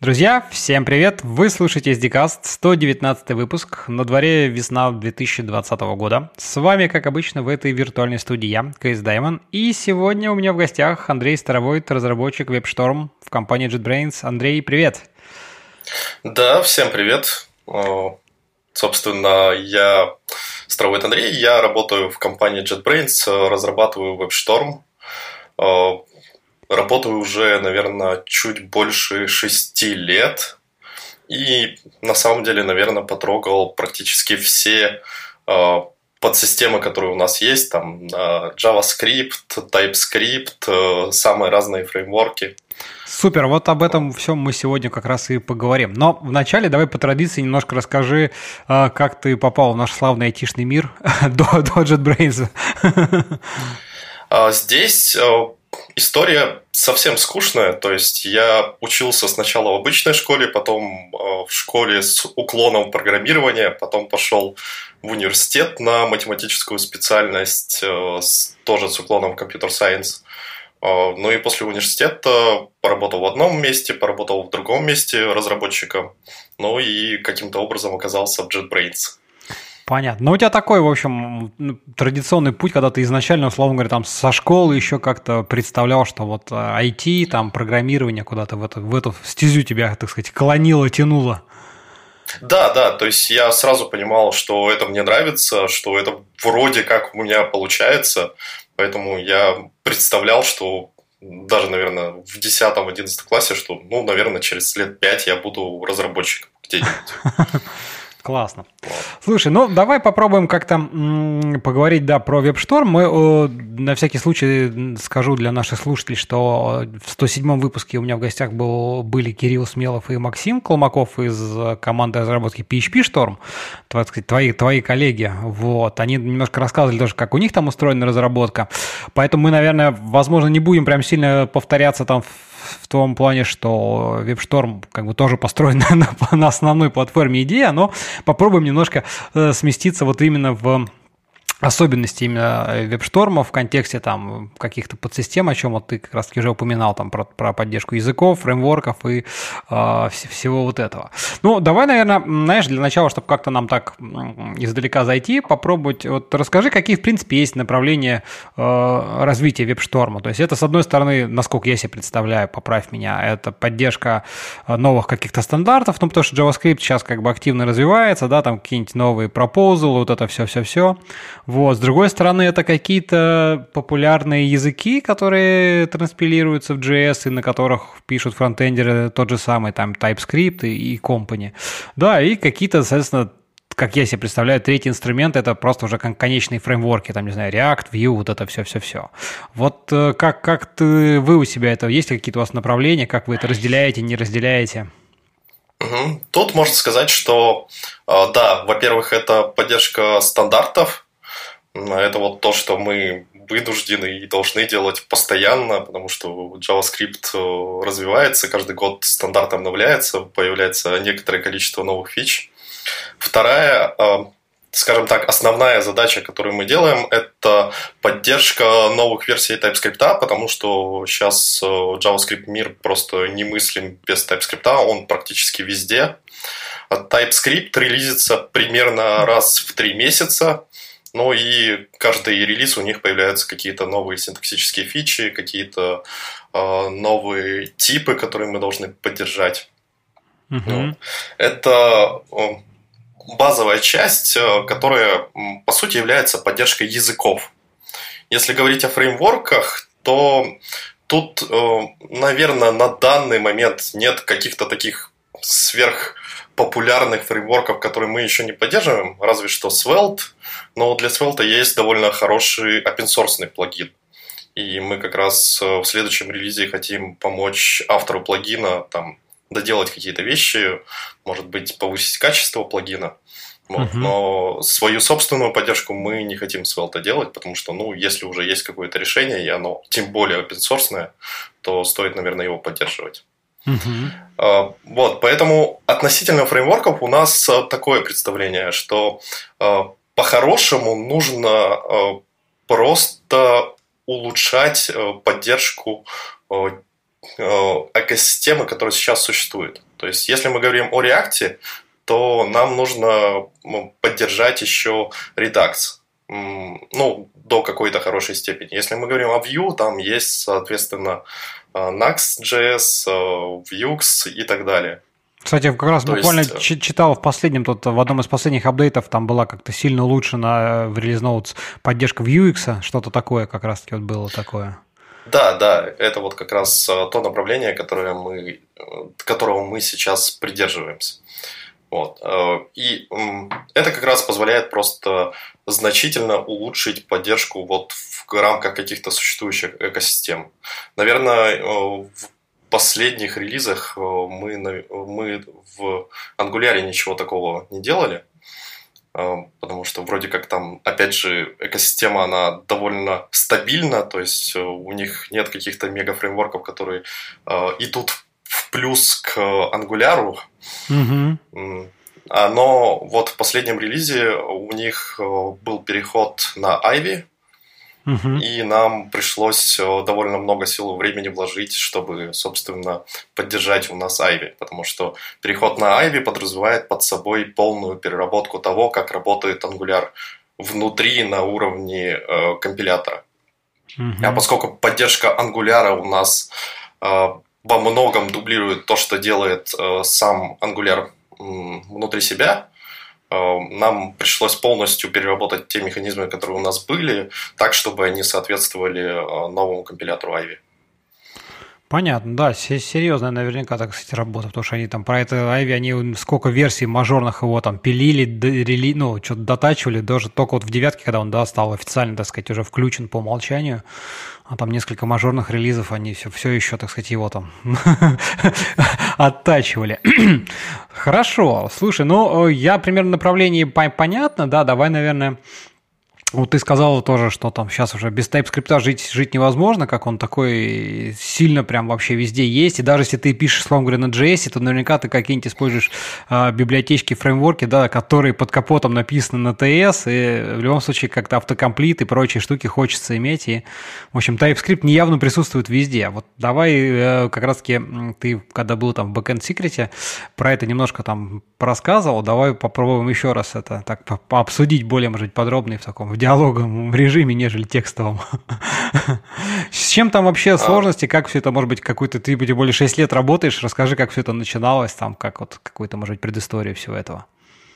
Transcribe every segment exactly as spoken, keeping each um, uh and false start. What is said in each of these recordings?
Друзья, всем привет! Вы слушаете SDCast, сто девятнадцатый выпуск, на дворе весна две тысячи двадцатого года. С вами, как обычно, в этой виртуальной студии я, Кейс Даймон, и сегодня у меня в гостях Андрей Старовойт, разработчик WebStorm в компании JetBrains. Андрей, привет! Да, всем привет! Собственно, я Старовойт Андрей, я работаю в компании JetBrains, разрабатываю WebStorm. Работаю уже, наверное, чуть больше шести лет. И на самом деле, наверное, потрогал практически все э, подсистемы, которые у нас есть. Там э, JavaScript, TypeScript, э, самые разные фреймворки. Супер, вот об этом всем мы сегодня как раз и поговорим. Но вначале давай по традиции немножко расскажи, э, как ты попал в наш славный айтишный мир до, до JetBrains. Здесь... История совсем скучная, то есть я учился сначала в обычной школе, потом в школе с уклоном программирования, потом пошел в университет на математическую специальность, тоже с уклоном в компьютер-сайенс. Ну и после университета поработал в одном месте, поработал в другом месте разработчиком, ну и каким-то образом оказался в JetBrains. Понятно. Но у тебя такой, в общем, традиционный путь, когда ты изначально, условно говоря, там со школы еще как-то представлял, что вот ай ти, там, программирование куда-то в эту, в эту стезю тебя, так сказать, клонило, тянуло. Да, да, то есть я сразу понимал, что это мне нравится, что это вроде как у меня получается, поэтому я представлял, что даже, наверное, в десятом-одиннадцатом классе, что, ну, наверное, через лет пять я буду разработчиком где-нибудь. Классно. Слушай, ну давай попробуем как-то м- поговорить, да, про WebStorm. Мы э, на всякий случай скажу для наших слушателей, что в сто седьмом выпуске у меня в гостях был, были Кирилл Смелов и Максим Колмаков из команды разработки пи эйч пи Storm, так сказать, твои, твои коллеги. Вот. Они немножко рассказывали тоже, как у них там устроена разработка. Поэтому мы, наверное, возможно, не будем прям сильно повторяться там в в том плане, что WebStorm как бы тоже построен на, на основной платформе идея, но попробуем немножко э, сместиться вот именно в особенности именно WebStorm в контексте там каких-то подсистем, о чем вот ты как раз таки уже упоминал, там про, про поддержку языков, фреймворков и э, всего вот этого. Ну, давай, наверное, знаешь, для начала, чтобы как-то нам так издалека зайти, попробовать, вот расскажи, какие, в принципе, есть направления э, развития WebStorm. То есть это, с одной стороны, насколько я себе представляю, поправь меня, это поддержка новых каких-то стандартов, ну, потому что JavaScript сейчас как бы активно развивается, да, там какие-нибудь новые пропозалы, вот это все-все-все. Вот. С другой стороны, это какие-то популярные языки, которые транспилируются в джей эс и на которых пишут фронтендеры тот же самый там TypeScript и Company. Да, и какие-то, соответственно, как я себе представляю, третий инструмент – это просто уже конечные фреймворки, там, не знаю, React, Vue, вот это все-все-все. Вот как, как ты, вы у себя это, есть ли какие-то у вас направления, как вы это разделяете, не разделяете? Угу. Тут можно сказать, что, да, во-первых, это поддержка стандартов. Это вот то, что мы вынуждены и должны делать постоянно, потому что JavaScript развивается, каждый год стандарт обновляется, появляется некоторое количество новых фич. Вторая, скажем так, основная задача, которую мы делаем, это поддержка новых версий TypeScript, потому что сейчас JavaScript мир просто немыслим без TypeScript, он практически везде. TypeScript релизится примерно раз в три месяца. Ну и каждый релиз у них появляются какие-то новые синтаксические фичи, какие-то э, новые типы, которые мы должны поддержать. Uh-huh. Ну, это э, базовая часть, э, которая, по сути, является поддержкой языков. Если говорить о фреймворках, то тут, э, наверное, на данный момент нет каких-то таких сверхпопулярных фреймворков, которые мы еще не поддерживаем, разве что Svelte. Но для Svelte есть довольно хороший open-source плагин. И мы как раз в следующем релизе хотим помочь автору плагина там, доделать какие-то вещи, может быть, повысить качество плагина. Вот. Uh-huh. Но свою собственную поддержку мы не хотим Svelte делать, потому что, ну, если уже есть какое-то решение, и оно тем более open-source, то стоит, наверное, его поддерживать. Uh-huh. Вот, поэтому относительно фреймворков у нас такое представление, что по-хорошему нужно просто улучшать поддержку экосистемы, которые сейчас существуют. То есть, если мы говорим о React, то нам нужно поддержать еще Redux. Ну, до какой-то хорошей степени. Если мы говорим о Vue, там есть, соответственно, Nuxt.js, Vue и так далее. Кстати, как раз То буквально есть... читал в последнем, тут в одном из последних апдейтов, там была как-то сильно улучшена в Release Notes поддержка Vuex, что-то такое как раз-таки вот было такое. Да, да, это вот как раз то направление, которое мы, которого мы сейчас придерживаемся. Вот. И это как раз позволяет просто значительно улучшить поддержку вот в рамках каких-то существующих экосистем. Наверное, в последних релизах мы, мы в Angular ничего такого не делали, потому что вроде как там, опять же, экосистема, она довольно стабильна, то есть у них нет каких-то мега-фреймворков, которые идут в плюс к Angular. Mm-hmm. Но вот в последнем релизе у них был переход на Ivy, uh-huh. и нам пришлось довольно много сил и времени вложить, чтобы, собственно, поддержать у нас Ivy, потому что переход на Ivy подразумевает под собой полную переработку того, как работает Angular внутри на уровне э, компилятора. Uh-huh. А поскольку поддержка Angular у нас э, во многом дублирует то, что делает э, сам Angular внутри себя, нам пришлось полностью переработать те механизмы, которые у нас были, так, чтобы они соответствовали новому компилятору Ivy. Понятно, да, серьезная наверняка, так сказать, работа, потому что они там про это Ivy, они сколько версий мажорных его там пилили, рели, ну, что-то дотачивали, даже только вот в девятке, когда он, да, стал официально, так сказать, уже включен по умолчанию, а там несколько мажорных релизов, они все, все еще, так сказать, его там оттачивали. Хорошо, слушай, ну, я примерно направление понятно, да, давай, наверное... Вот ты сказал тоже, что там сейчас уже без TypeScript жить, жить невозможно, как он такой сильно прям вообще везде есть. И даже если ты пишешь, словом говоря, на джей эс, то наверняка ты какие-нибудь используешь э, библиотечки, фреймворки, да, которые под капотом написаны на ти эс, и в любом случае как-то автокомплит и прочие штуки хочется иметь. И, в общем, TypeScript неявно присутствует везде. Вот давай э, как раз-таки ты, когда был там в Backend Secret, про это немножко там порассказывал. Давай попробуем еще раз это так пообсудить более, может быть, подробно и в таком в диалоговом режиме, нежели текстовом. С чем там вообще сложности, как все это, может быть, какой-то, ты тем более шесть лет работаешь, расскажи, как все это начиналось, там, как вот какую-то, может быть, предысторию всего этого.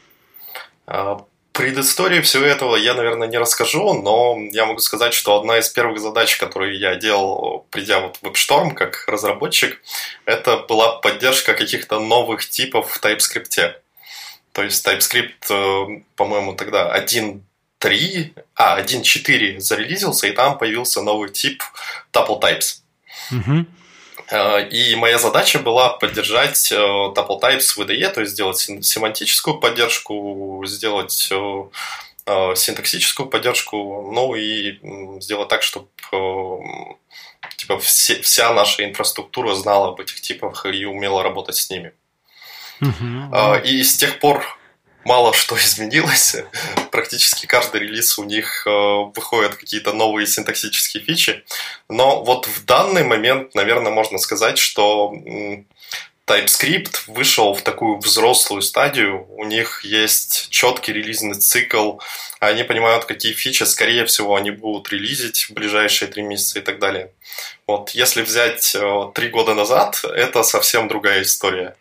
Предысторию всего этого я, наверное, не расскажу, но я могу сказать, что одна из первых задач, которые я делал, придя вот в WebStorm как разработчик, это была поддержка каких-то новых типов в TypeScript. То есть TypeScript, по-моему, тогда один три, а, один точка четыре зарелизился, и там появился новый тип Tuple Types. Uh-huh. И моя задача была поддержать Tuple Types в ай ди и, то есть сделать семантическую поддержку, сделать синтаксическую поддержку, ну и сделать так, чтобы типа, все, вся наша инфраструктура знала об этих типах и умела работать с ними. Uh-huh. И с тех пор мало что изменилось. Практически каждый релиз у них э, выходят какие-то новые синтаксические фичи. Но вот в данный момент, наверное, можно сказать, что м, TypeScript вышел в такую взрослую стадию. У них есть четкий релизный цикл. Они понимают, какие фичи, скорее всего, они будут релизить в ближайшие три месяца и так далее. Вот если взять э, три года назад, это совсем другая история.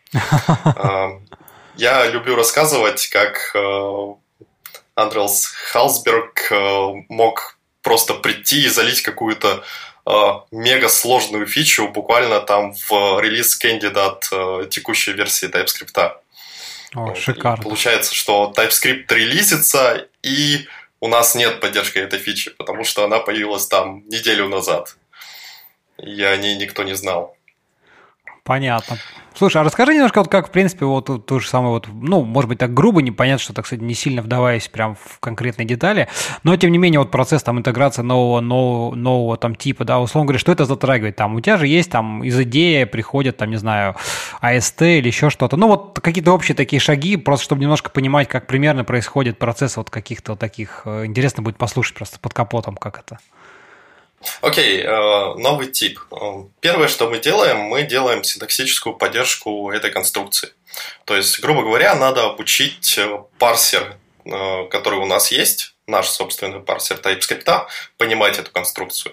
Я люблю рассказывать, как э, Андреас Халсберг э, мог просто прийти и залить какую-то э, мега сложную фичу буквально там в релиз кандидат э, текущей версии TypeScript. О, шикарно. И получается, что TypeScript релизится, и у нас нет поддержки этой фичи, потому что она появилась там неделю назад. И о ней никто не знал. Понятно. Слушай, а расскажи немножко, вот как, в принципе, вот то же самое, вот, ну, может быть, так грубо, непонятно, что, так сказать, не сильно вдаваясь прям в конкретные детали, но, тем не менее, вот процесс там интеграции нового, нового, нового там типа, да, условно говоря, что это затрагивает? Там у тебя же есть там из идеи приходят, там, не знаю, эй эс ти или еще что-то, ну, вот какие-то общие такие шаги, просто чтобы немножко понимать, как примерно происходит процесс вот каких-то вот таких, интересно будет послушать просто под капотом, как это Окей, okay, новый тип. Первое, что мы делаем, мы делаем синтаксическую поддержку этой конструкции. То есть, грубо говоря, надо обучить парсер, который у нас есть, наш собственный парсер TypeScript, понимать эту конструкцию.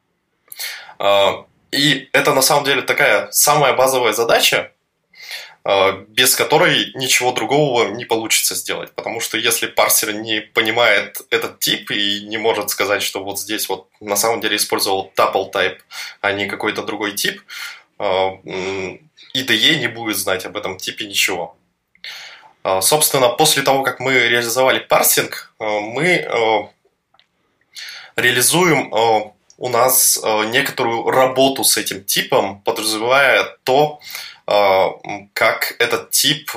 И это на самом деле такая самая базовая задача, без которой ничего другого не получится сделать. Потому что если парсер не понимает этот тип и не может сказать, что вот здесь вот на самом деле использовал tuple type, а не какой-то другой тип, ай ди и не будет знать об этом типе ничего. Собственно, после того, как мы реализовали парсинг, мы реализуем у нас некоторую работу с этим типом, подразумевая то, как этот тип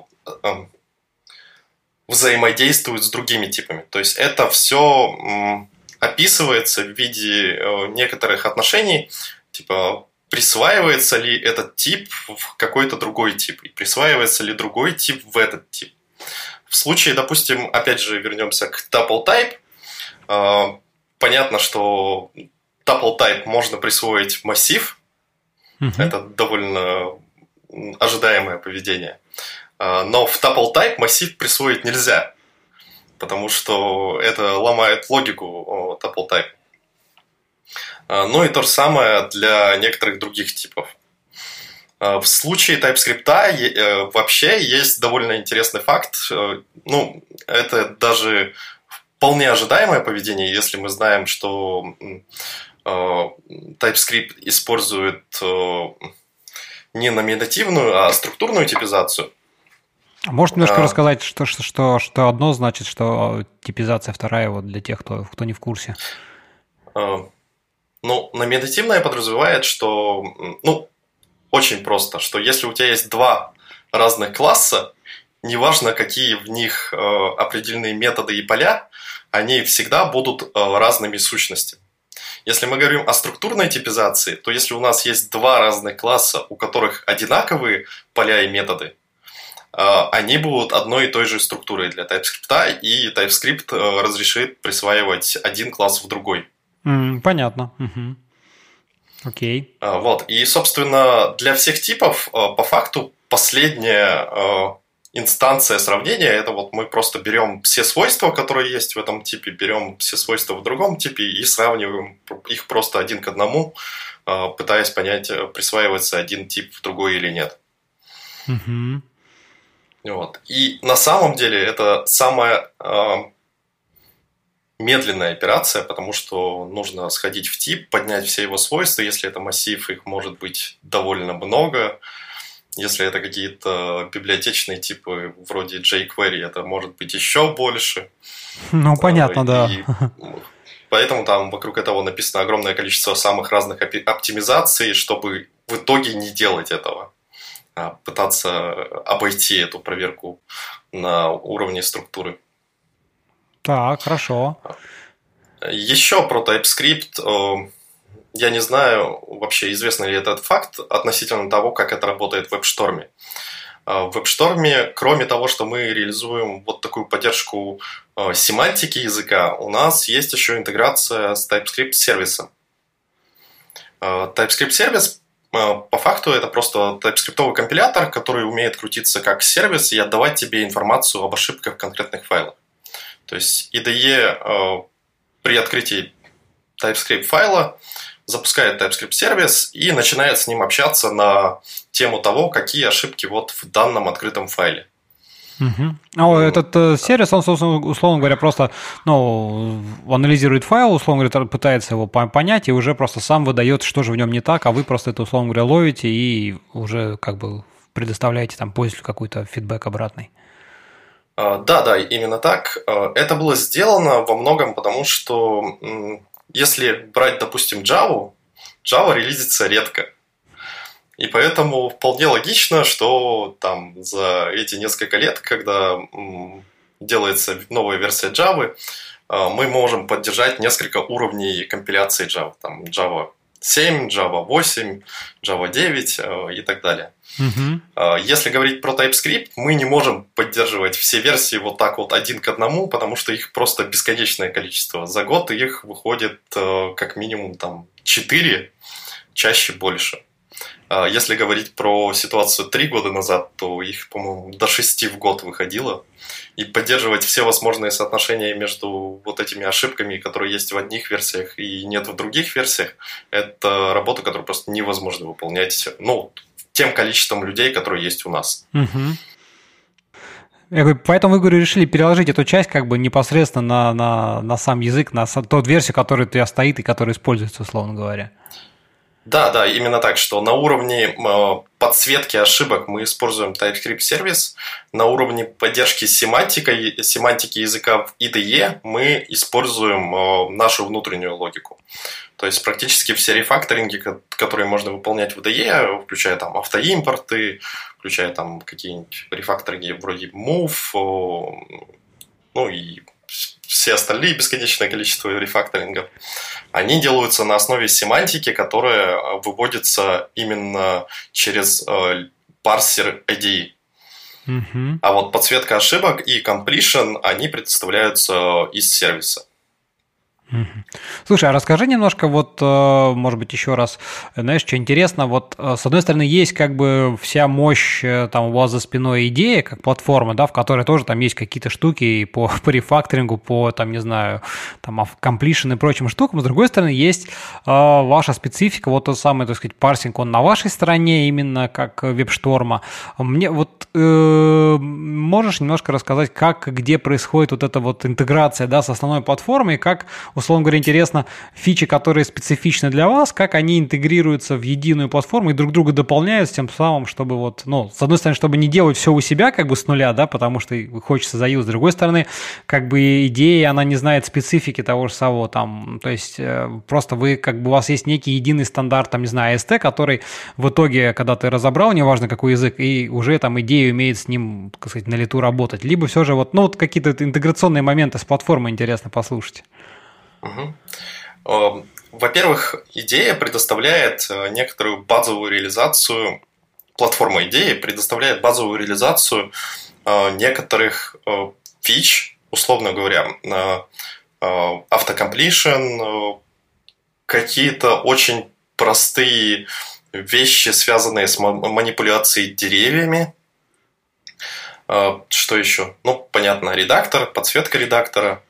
взаимодействует с другими типами. То есть это все описывается в виде некоторых отношений, типа присваивается ли этот тип в какой-то другой тип, и присваивается ли другой тип в этот тип. В случае, допустим, опять же вернемся к tuple type, понятно, что tuple type можно присвоить в массив, uh-huh. Это довольно ожидаемое поведение. Но в tuple type массив присвоить нельзя, потому что это ломает логику tuple type. Ну и то же самое для некоторых других типов. В случае TypeScript вообще есть довольно интересный факт. Ну, это даже вполне ожидаемое поведение, если мы знаем, что TypeScript использует не номинативную, а структурную типизацию. Можешь немножко а... рассказать, что, что, что, что одно значит, что типизация вторая, вот для тех, кто, кто не в курсе? А, ну, номинативная подразумевает, что, ну, очень просто, что если у тебя есть два разных класса, неважно, какие в них э, определенные методы и поля, они всегда будут э, разными сущностями. Если мы говорим о структурной типизации, то если у нас есть два разных класса, у которых одинаковые поля и методы, они будут одной и той же структурой для TypeScript, и TypeScript разрешит присваивать один класс в другой. Mm, понятно. Угу. Окей. Вот. И, собственно, для всех типов, по факту, последняя инстанция сравнения, это вот мы просто берем все свойства, которые есть в этом типе, берем все свойства в другом типе и сравниваем их просто один к одному, пытаясь понять, присваивается один тип в другой или нет. Mm-hmm. Вот. И на самом деле это самая э, медленная операция, потому что нужно сходить в тип, поднять все его свойства. Если это массив, их может быть довольно много. Если это какие-то библиотечные типы вроде jQuery, это может быть еще больше. Ну, понятно, и, да. Поэтому там вокруг этого написано огромное количество самых разных оптимизаций, чтобы в итоге не делать этого, а пытаться обойти эту проверку на уровне структуры. Так, хорошо. Еще про TypeScript. Я не знаю, вообще известно ли этот факт относительно того, как это работает в WebStorm. В WebStorm, кроме того, что мы реализуем вот такую поддержку семантики языка, у нас есть еще интеграция с TypeScript-сервисом. TypeScript-сервис, по факту, это просто TypeScript-овый компилятор, который умеет крутиться как сервис и отдавать тебе информацию об ошибках в конкретных файлах. То есть ай ди и при открытии TypeScript файла запускает TypeScript-сервис и начинает с ним общаться на тему того, какие ошибки вот в данном открытом файле. Угу. А этот э, сервис, он, условно говоря, просто ну, анализирует файл, условно говоря, пытается его понять и уже просто сам выдает, что же в нем не так, а вы просто это, условно говоря, ловите и уже как бы предоставляете там пользователю какой-то фидбэк обратный. Да, да, именно так. Это было сделано во многом потому, что если брать, допустим, Java, Java релизится редко. И поэтому вполне логично, что там за эти несколько лет, когда делается новая версия Java, мы можем поддержать несколько уровней компиляции Java. Там Java семь, Java восемь, Java девять и так далее. Uh-huh. Если говорить про TypeScript, мы не можем поддерживать все версии вот так вот один к одному, потому что их просто бесконечное количество. За год их выходит как минимум там четыре, чаще больше. Если говорить про ситуацию три года назад, то их, по-моему, до шести в год выходило. И поддерживать все возможные соотношения между вот этими ошибками, которые есть в одних версиях и нет в других версиях, это работа, которую просто невозможно выполнять, ну, тем количеством людей, которые есть у нас. Угу. Я говорю, поэтому вы, говорю, решили переложить эту часть как бы непосредственно на, на, на сам язык, на ту версию, которая у тебя стоит и которая используется, условно говоря. Да, да, именно так, что на уровне э, подсветки ошибок мы используем TypeScript сервис, на уровне поддержки семантики, семантики языка в ай ди и мы используем э, нашу внутреннюю логику. То есть практически все рефакторинги, которые можно выполнять в ай ди и, включая там автоимпорты, включая там какие-нибудь рефакторинги вроде move, э, ну и все остальные бесконечное количество рефакторингов, они делаются на основе семантики, которая выводится именно через э, парсер ай ди и. Mm-hmm. А вот подсветка ошибок и completion, они предоставляются из сервиса. Слушай, а расскажи немножко, вот, может быть, еще раз, знаешь, что интересно, вот, с одной стороны, есть как бы вся мощь там у вас за спиной идея, как платформа, да, в которой тоже там есть какие-то штуки по, по рефакторингу, по, там, не знаю, там, completion и прочим штукам, с другой стороны, есть э, ваша специфика, вот тот самый, так сказать, парсинг, он на вашей стороне именно как WebStorm. Мне вот э, можешь немножко рассказать, как, где происходит вот эта вот интеграция, да, с основной платформой, как, условно говоря, интересно, фичи, которые специфичны для вас, как они интегрируются в единую платформу и друг друга дополняют, тем самым, чтобы вот, ну, с одной стороны, чтобы не делать все у себя как бы с нуля, да, потому что хочется заюз, с другой стороны, как бы идея, она не знает специфики того же самого там, то есть просто вы, как бы у вас есть некий единый стандарт, там, не знаю, эй эс ти, который в итоге, когда ты разобрал, неважно какой язык, и уже там идея умеет с ним, так сказать, на лету работать, либо все же вот, ну, вот какие-то интеграционные моменты с платформой интересно послушать. Угу. Во-первых, идея предоставляет некоторую базовую реализацию, платформа идеи предоставляет базовую реализацию некоторых фич, условно говоря, автокомплишн, какие-то очень простые вещи, связанные с манипуляцией деревьями. Что еще? Ну, понятно, редактор, подсветка редактора.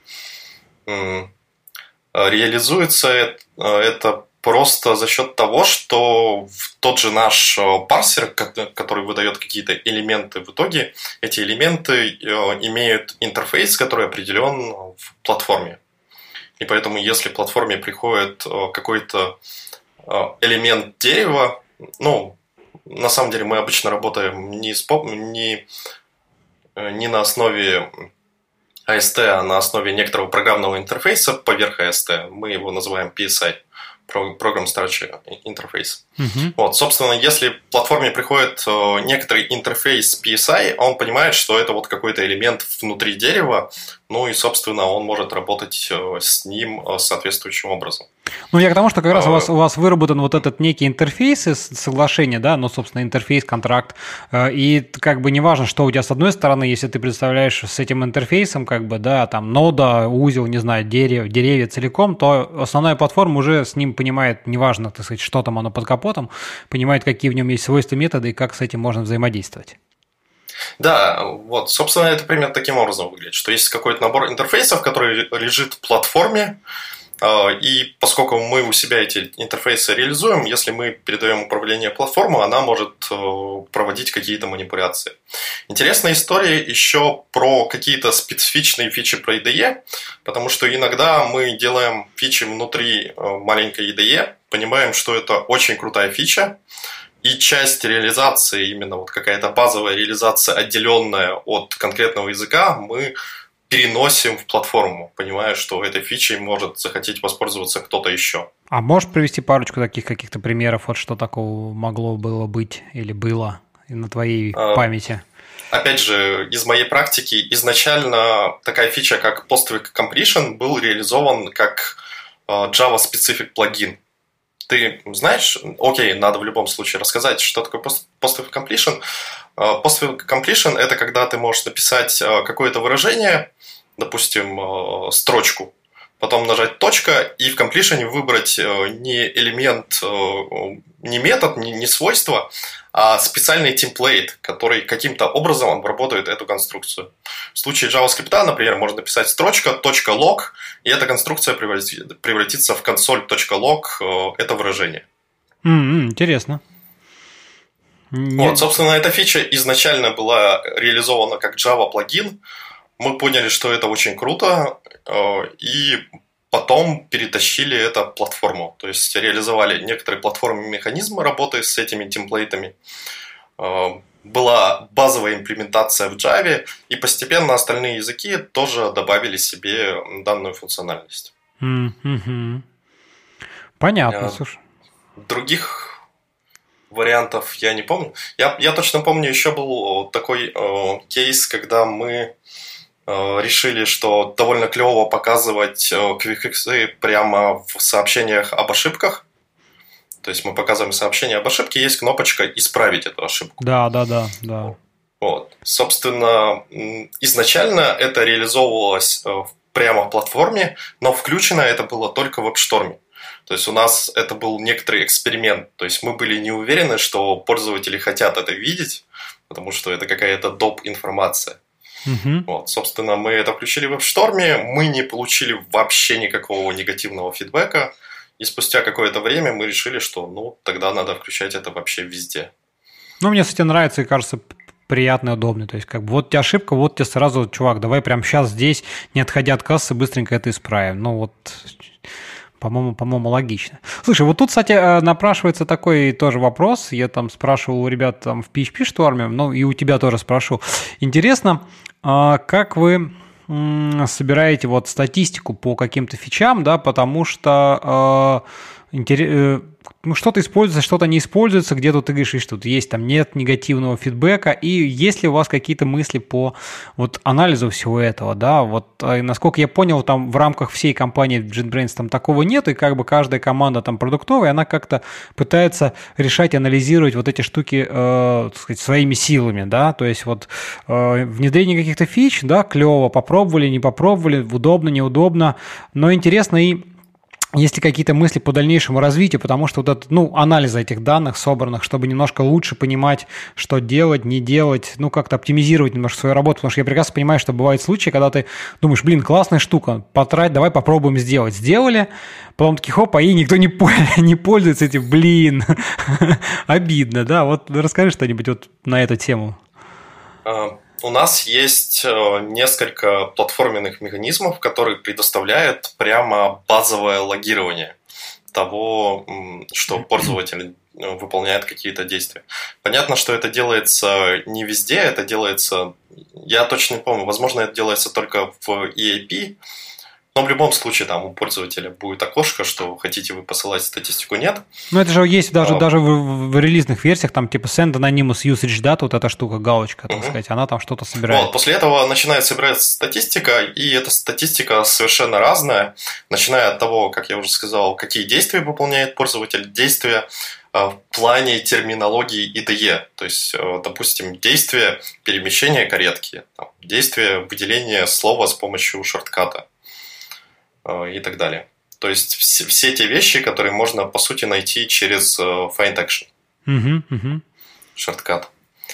Реализуется это просто за счет того, что тот же наш парсер, который выдает какие-то элементы, в итоге эти элементы имеют интерфейс, который определен в платформе. И поэтому, если в платформе приходит какой-то элемент дерева, ну, на самом деле мы обычно работаем не, с, не, не на основе эй эс ти, а на основе некоторого программного интерфейса поверх эй эс ти. Мы его называем пи эс ай, Program Structure Interface. Uh-huh. Вот, собственно, если в платформе приходит некоторый интерфейс пи эс ай, он понимает, что это вот какой-то элемент внутри дерева, ну и, собственно, он может работать с ним соответствующим образом. Ну, я к тому, что как раз у вас, у вас выработан вот этот некий интерфейс из соглашения, да, ну, собственно, интерфейс, контракт, и как бы неважно, что у тебя с одной стороны, если ты представляешь с этим интерфейсом, как бы, да, там, нода, узел, не знаю, деревья, деревья целиком, то основная платформа уже с ним понимает, неважно, так сказать, что там оно под капотом, понимает, какие в нем есть свойства, методы и как с этим можно взаимодействовать. Да, вот, собственно, это примерно таким образом выглядит, что есть какой-то набор интерфейсов, который лежит в платформе, и поскольку мы у себя эти интерфейсы реализуем, если мы передаем управление платформой, она может проводить какие-то манипуляции. Интересная история еще про какие-то специфичные фичи про ай ди и, потому что иногда мы делаем фичи внутри маленькой ай ди и, понимаем, что это очень крутая фича, и часть реализации, именно вот какая-то базовая реализация, отделенная от конкретного языка, мы переносим в платформу, понимая, что этой фичей может захотеть воспользоваться кто-то еще. А можешь привести парочку таких каких-то примеров, вот что такого могло было быть или было на твоей а, памяти? Опять же, из моей практики изначально такая фича, как Post-Completion, был реализован как Java-specific плагин. ты знаешь, окей, надо в любом случае рассказать, что такое post completion. Post completion – это когда ты можешь написать какое-то выражение, допустим, строчку, потом нажать точка и в completion выбрать не элемент, не метод, не свойство, а специальный темплейт, который каким-то образом обработает эту конструкцию. В случае JavaScript, например, можно написать строчка .log, и эта конструкция превратится в console.log это выражение. Mm-hmm, интересно. Вот, собственно, эта фича изначально была реализована как Java плагин. Мы поняли, что это очень круто, и потом перетащили это в платформу. То есть реализовали некоторые платформенные механизмы работы с этими темплейтами. Была базовая имплементация в Java, и постепенно остальные языки тоже добавили себе данную функциональность. Mm-hmm. Понятно, слушай. Других вариантов я не помню. Я, я точно помню, еще был такой э, кейс, когда мы э, решили, что довольно клево показывать э, квикфиксы прямо в сообщениях об ошибках. То есть мы показываем сообщение об ошибке, есть кнопочка «Исправить эту ошибку». Да, да, да, да. Вот. Собственно, изначально это реализовывалось э, прямо в платформе, но включено это было только в WebStorm. То есть у нас это был некоторый эксперимент. То есть мы были не уверены, что пользователи хотят это видеть, потому что это какая-то доп. Информация. Uh-huh. Вот, собственно, мы это включили в WebStorm, мы не получили вообще никакого негативного фидбэка, и спустя какое-то время мы решили, что ну тогда надо включать это вообще везде. Ну, мне, кстати, нравится и кажется приятно и удобно. То есть, как бы вот у тебя ошибка, вот тебе сразу, чувак, давай прямо сейчас здесь, не отходя от кассы, быстренько это исправим. Ну вот... По-моему, по-моему, логично. Слушай, вот тут, кстати, напрашивается такой тоже вопрос. Я там спрашивал у ребят там в пи эйч пи-шторме, ну и у тебя тоже спрошу. Интересно, как вы собираете вот статистику по каким-то фичам, да, потому что ну, что-то используется, что-то не используется, где-то ты говоришь, что тут есть, там нет негативного фидбэка, и есть ли у вас какие-то мысли по вот анализу всего этого, да, вот насколько я понял, там в рамках всей компании JetBrains там такого нет, и как бы каждая команда там продуктовая, она как-то пытается решать, анализировать вот эти штуки, э, так сказать, своими силами, да, то есть вот э, внедрение каких-то фич, да, клево, попробовали, не попробовали, удобно, неудобно, но интересно и есть ли какие-то мысли по дальнейшему развитию, потому что вот этот, ну, анализ этих данных собранных, чтобы немножко лучше понимать, что делать, не делать, ну, как-то оптимизировать немножко свою работу, потому что я прекрасно понимаю, что бывают случаи, когда ты думаешь, блин, классная штука, потрать, давай попробуем сделать. Сделали, потом такие, хоп, а ей никто не, не пользуется этим, блин, обидно, да? Вот расскажи что-нибудь вот на эту тему. У нас есть несколько платформенных механизмов, которые предоставляют прямо базовое логирование того, что пользователь выполняет какие-то действия. Понятно, что это делается не везде, это делается, я точно не помню, возможно, это делается только в и эй пи, но в любом случае там у пользователя будет окошко, что хотите вы посылать статистику, нет. Ну это же есть даже, а, даже в, в релизных версиях, там типа send anonymous usage data, вот эта штука, галочка, так угу. сказать, она там что-то собирает. Вот, после этого начинает собираться статистика, и эта статистика совершенно разная, начиная от того, как я уже сказал, какие действия выполняет пользователь, действия в плане терминологии ай ди и, то есть, допустим, действие перемещения каретки, действие выделения слова с помощью шортката и так далее. То есть все, все те вещи, которые можно, по сути, найти через find action. Uh-huh, uh-huh. Шорткат.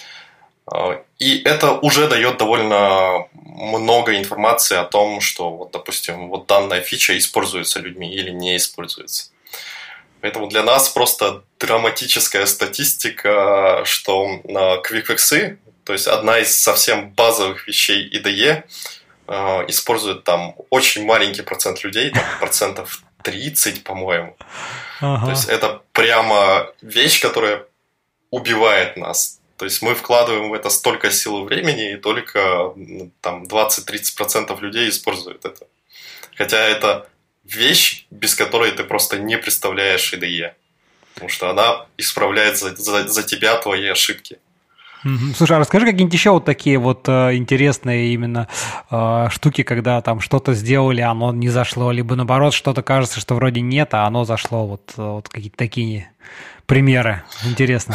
И это уже дает довольно много информации о том, что, вот, допустим, вот данная фича используется людьми или не используется. Поэтому для нас просто драматическая статистика, что квикфиксы, то есть одна из совсем базовых вещей ай ди и, используют там очень маленький процент людей, там, процентов тридцать, по-моему. Ага. То есть это прямо вещь, которая убивает нас. То есть мы вкладываем в это столько сил и времени, и только там двадцать-тридцать процентов людей используют это. Хотя это вещь, без которой ты просто не представляешь ай ди и. Потому что она исправляет за, за, за тебя твои ошибки. Слушай, а расскажи какие-нибудь еще вот такие вот э, интересные именно э, штуки, когда там что-то сделали, оно не зашло, либо наоборот, что-то кажется, что вроде нет, а оно зашло. Вот, вот какие-то такие примеры. Интересно.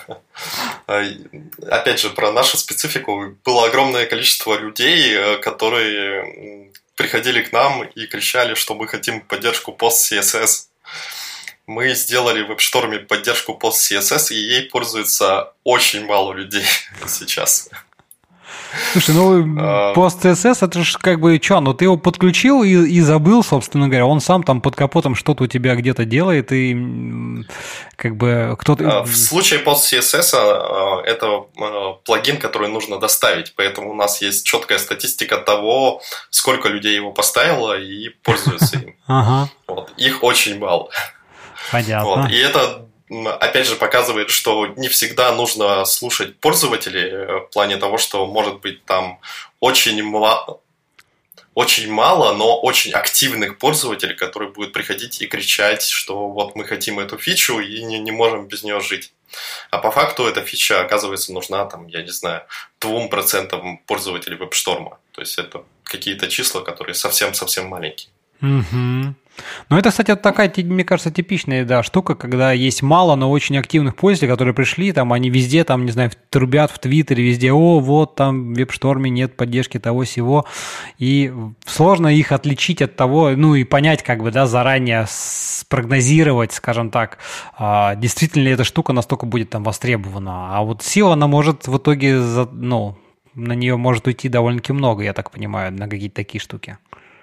Опять же, про нашу специфику. Было огромное количество людей, которые приходили к нам и кричали, что мы хотим поддержку пост-си эс эс. Мы сделали в WebStorm поддержку пост-си эс эс, и ей пользуется очень мало людей сейчас. Слушай, ну пост-си эс эс, это же как бы что, ну ты его подключил и, и забыл, собственно говоря, он сам там под капотом что-то у тебя где-то делает, и как бы кто-то... В случае пост-си эс эс это плагин, который нужно доставить, поэтому у нас есть четкая статистика того, сколько людей его поставило и пользуются им. Ага. Вот. Их очень мало. Понятно. Вот. И это, опять же, показывает, что не всегда нужно слушать пользователей в плане того, что может быть там очень мало, очень мало, но очень активных пользователей, которые будут приходить и кричать, что вот мы хотим эту фичу и не, не можем без нее жить. А по факту эта фича, оказывается, нужна, там, я не знаю, двум процентам пользователей WebStorm. То есть это какие-то числа, которые совсем-совсем маленькие. Угу. Ну, это, кстати, вот такая, мне кажется, типичная, да, штука, когда есть мало, но очень активных пользователей, которые пришли, там, они везде, там, не знаю, трубят в Твиттере, везде, о, вот, там, в WebStorm нет поддержки того-сего, и сложно их отличить от того, ну, и понять, как бы, да, заранее спрогнозировать, скажем так, действительно ли эта штука настолько будет там востребована, а вот сила, она может в итоге, ну, на нее может уйти довольно-таки много, я так понимаю, на какие-то такие штуки.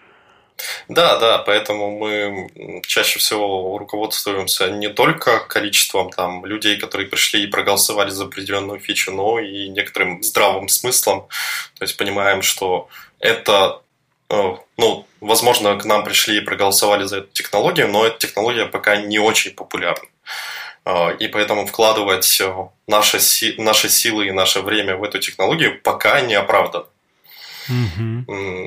Да, да, поэтому мы чаще всего руководствуемся не только количеством там, людей, которые пришли и проголосовали за определенную фичу, но и некоторым здравым смыслом. То есть понимаем, что это, ну, возможно, к нам пришли и проголосовали за эту технологию, но эта технология пока не очень популярна. И поэтому вкладывать наши, си- наши силы и наше время в эту технологию пока не оправдано. Mm-hmm.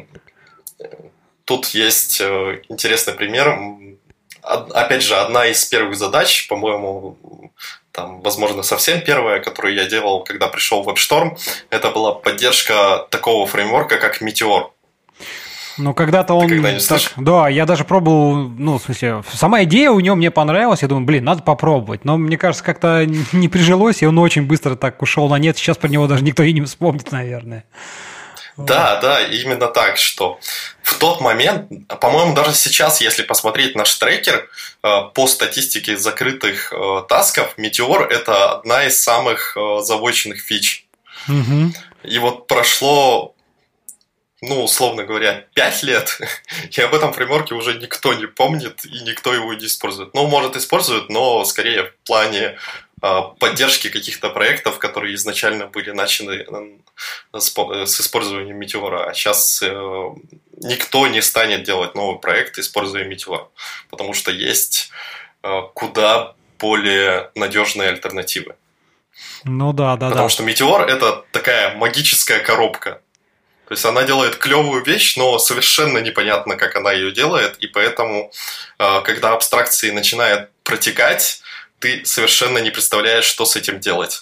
Тут есть интересный пример. Опять же, одна из первых задач, по-моему, там, возможно, совсем первая, которую я делал, когда пришел в WebStorm, это была поддержка такого фреймворка, как Meteor. Ну, когда-то он... Так, да, я даже пробовал, ну, в смысле, сама идея у него мне понравилась, я думаю, блин, надо попробовать. Но, мне кажется, как-то не прижилось, и он очень быстро так ушел на нет. Сейчас про него даже никто и не вспомнит, наверное. Да, да, именно так, что в тот момент, по-моему, даже сейчас, если посмотреть наш трекер по статистике закрытых тасков, Meteor – это одна из самых завойченных фич. Угу. И вот прошло, ну, условно говоря, пять лет, и об этом фреймворке уже никто не помнит, и никто его не использует. Ну, может, используют, но скорее в плане поддержки каких-то проектов, которые изначально были начаты с использованием Meteor. А сейчас никто не станет делать новый проект, используя Meteor, потому что есть куда более надежные альтернативы. Ну да, да, Потому да. что Meteor – это такая магическая коробка. То есть она делает клевую вещь, но совершенно непонятно, как она ее делает, и поэтому, когда абстракции начинают протекать, ты совершенно не представляешь, что с этим делать.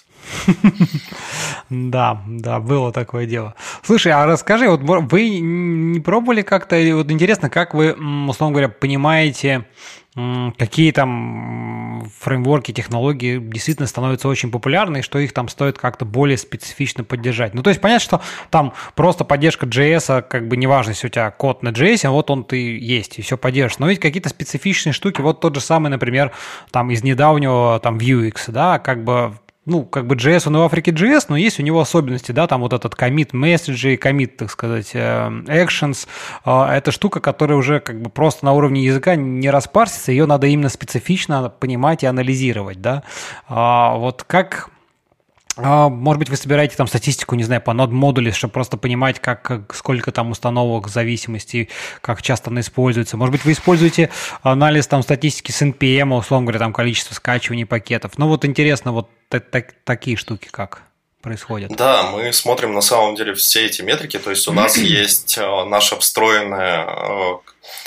Да, да, было такое дело. Слушай, а расскажи, вот вы не пробовали как-то, вот интересно, как вы, условно говоря, понимаете, какие там фреймворки, технологии действительно становятся очень популярны, и что их там стоит как-то более специфично поддержать. Ну, то есть понятно, что там просто поддержка джей эс, как бы неважно, если у тебя код на джей эс, вот он ты есть, и все поддержишь. Но ведь какие-то специфичные штуки, вот тот же самый, например, там из недавнего там Vuex, да, как бы ну, как бы джей эс, он и в Африке джей эс, но есть у него особенности, да, там вот этот commit message, commit, так сказать, actions, это штука, которая уже как бы просто на уровне языка не распарсится, ее надо именно специфично понимать и анализировать, да. Вот как... Может быть, вы собираете там статистику, не знаю, по нод-модулю, чтобы просто понимать, как, как, сколько там установок зависимостей, как часто она используется. Может быть, вы используете анализ там статистики с эн пи эм, условно говоря, там количество скачиваний пакетов. Ну вот интересно, вот так, так, такие штуки как происходят. Да, мы смотрим на самом деле все эти метрики, то есть у нас есть наша встроенная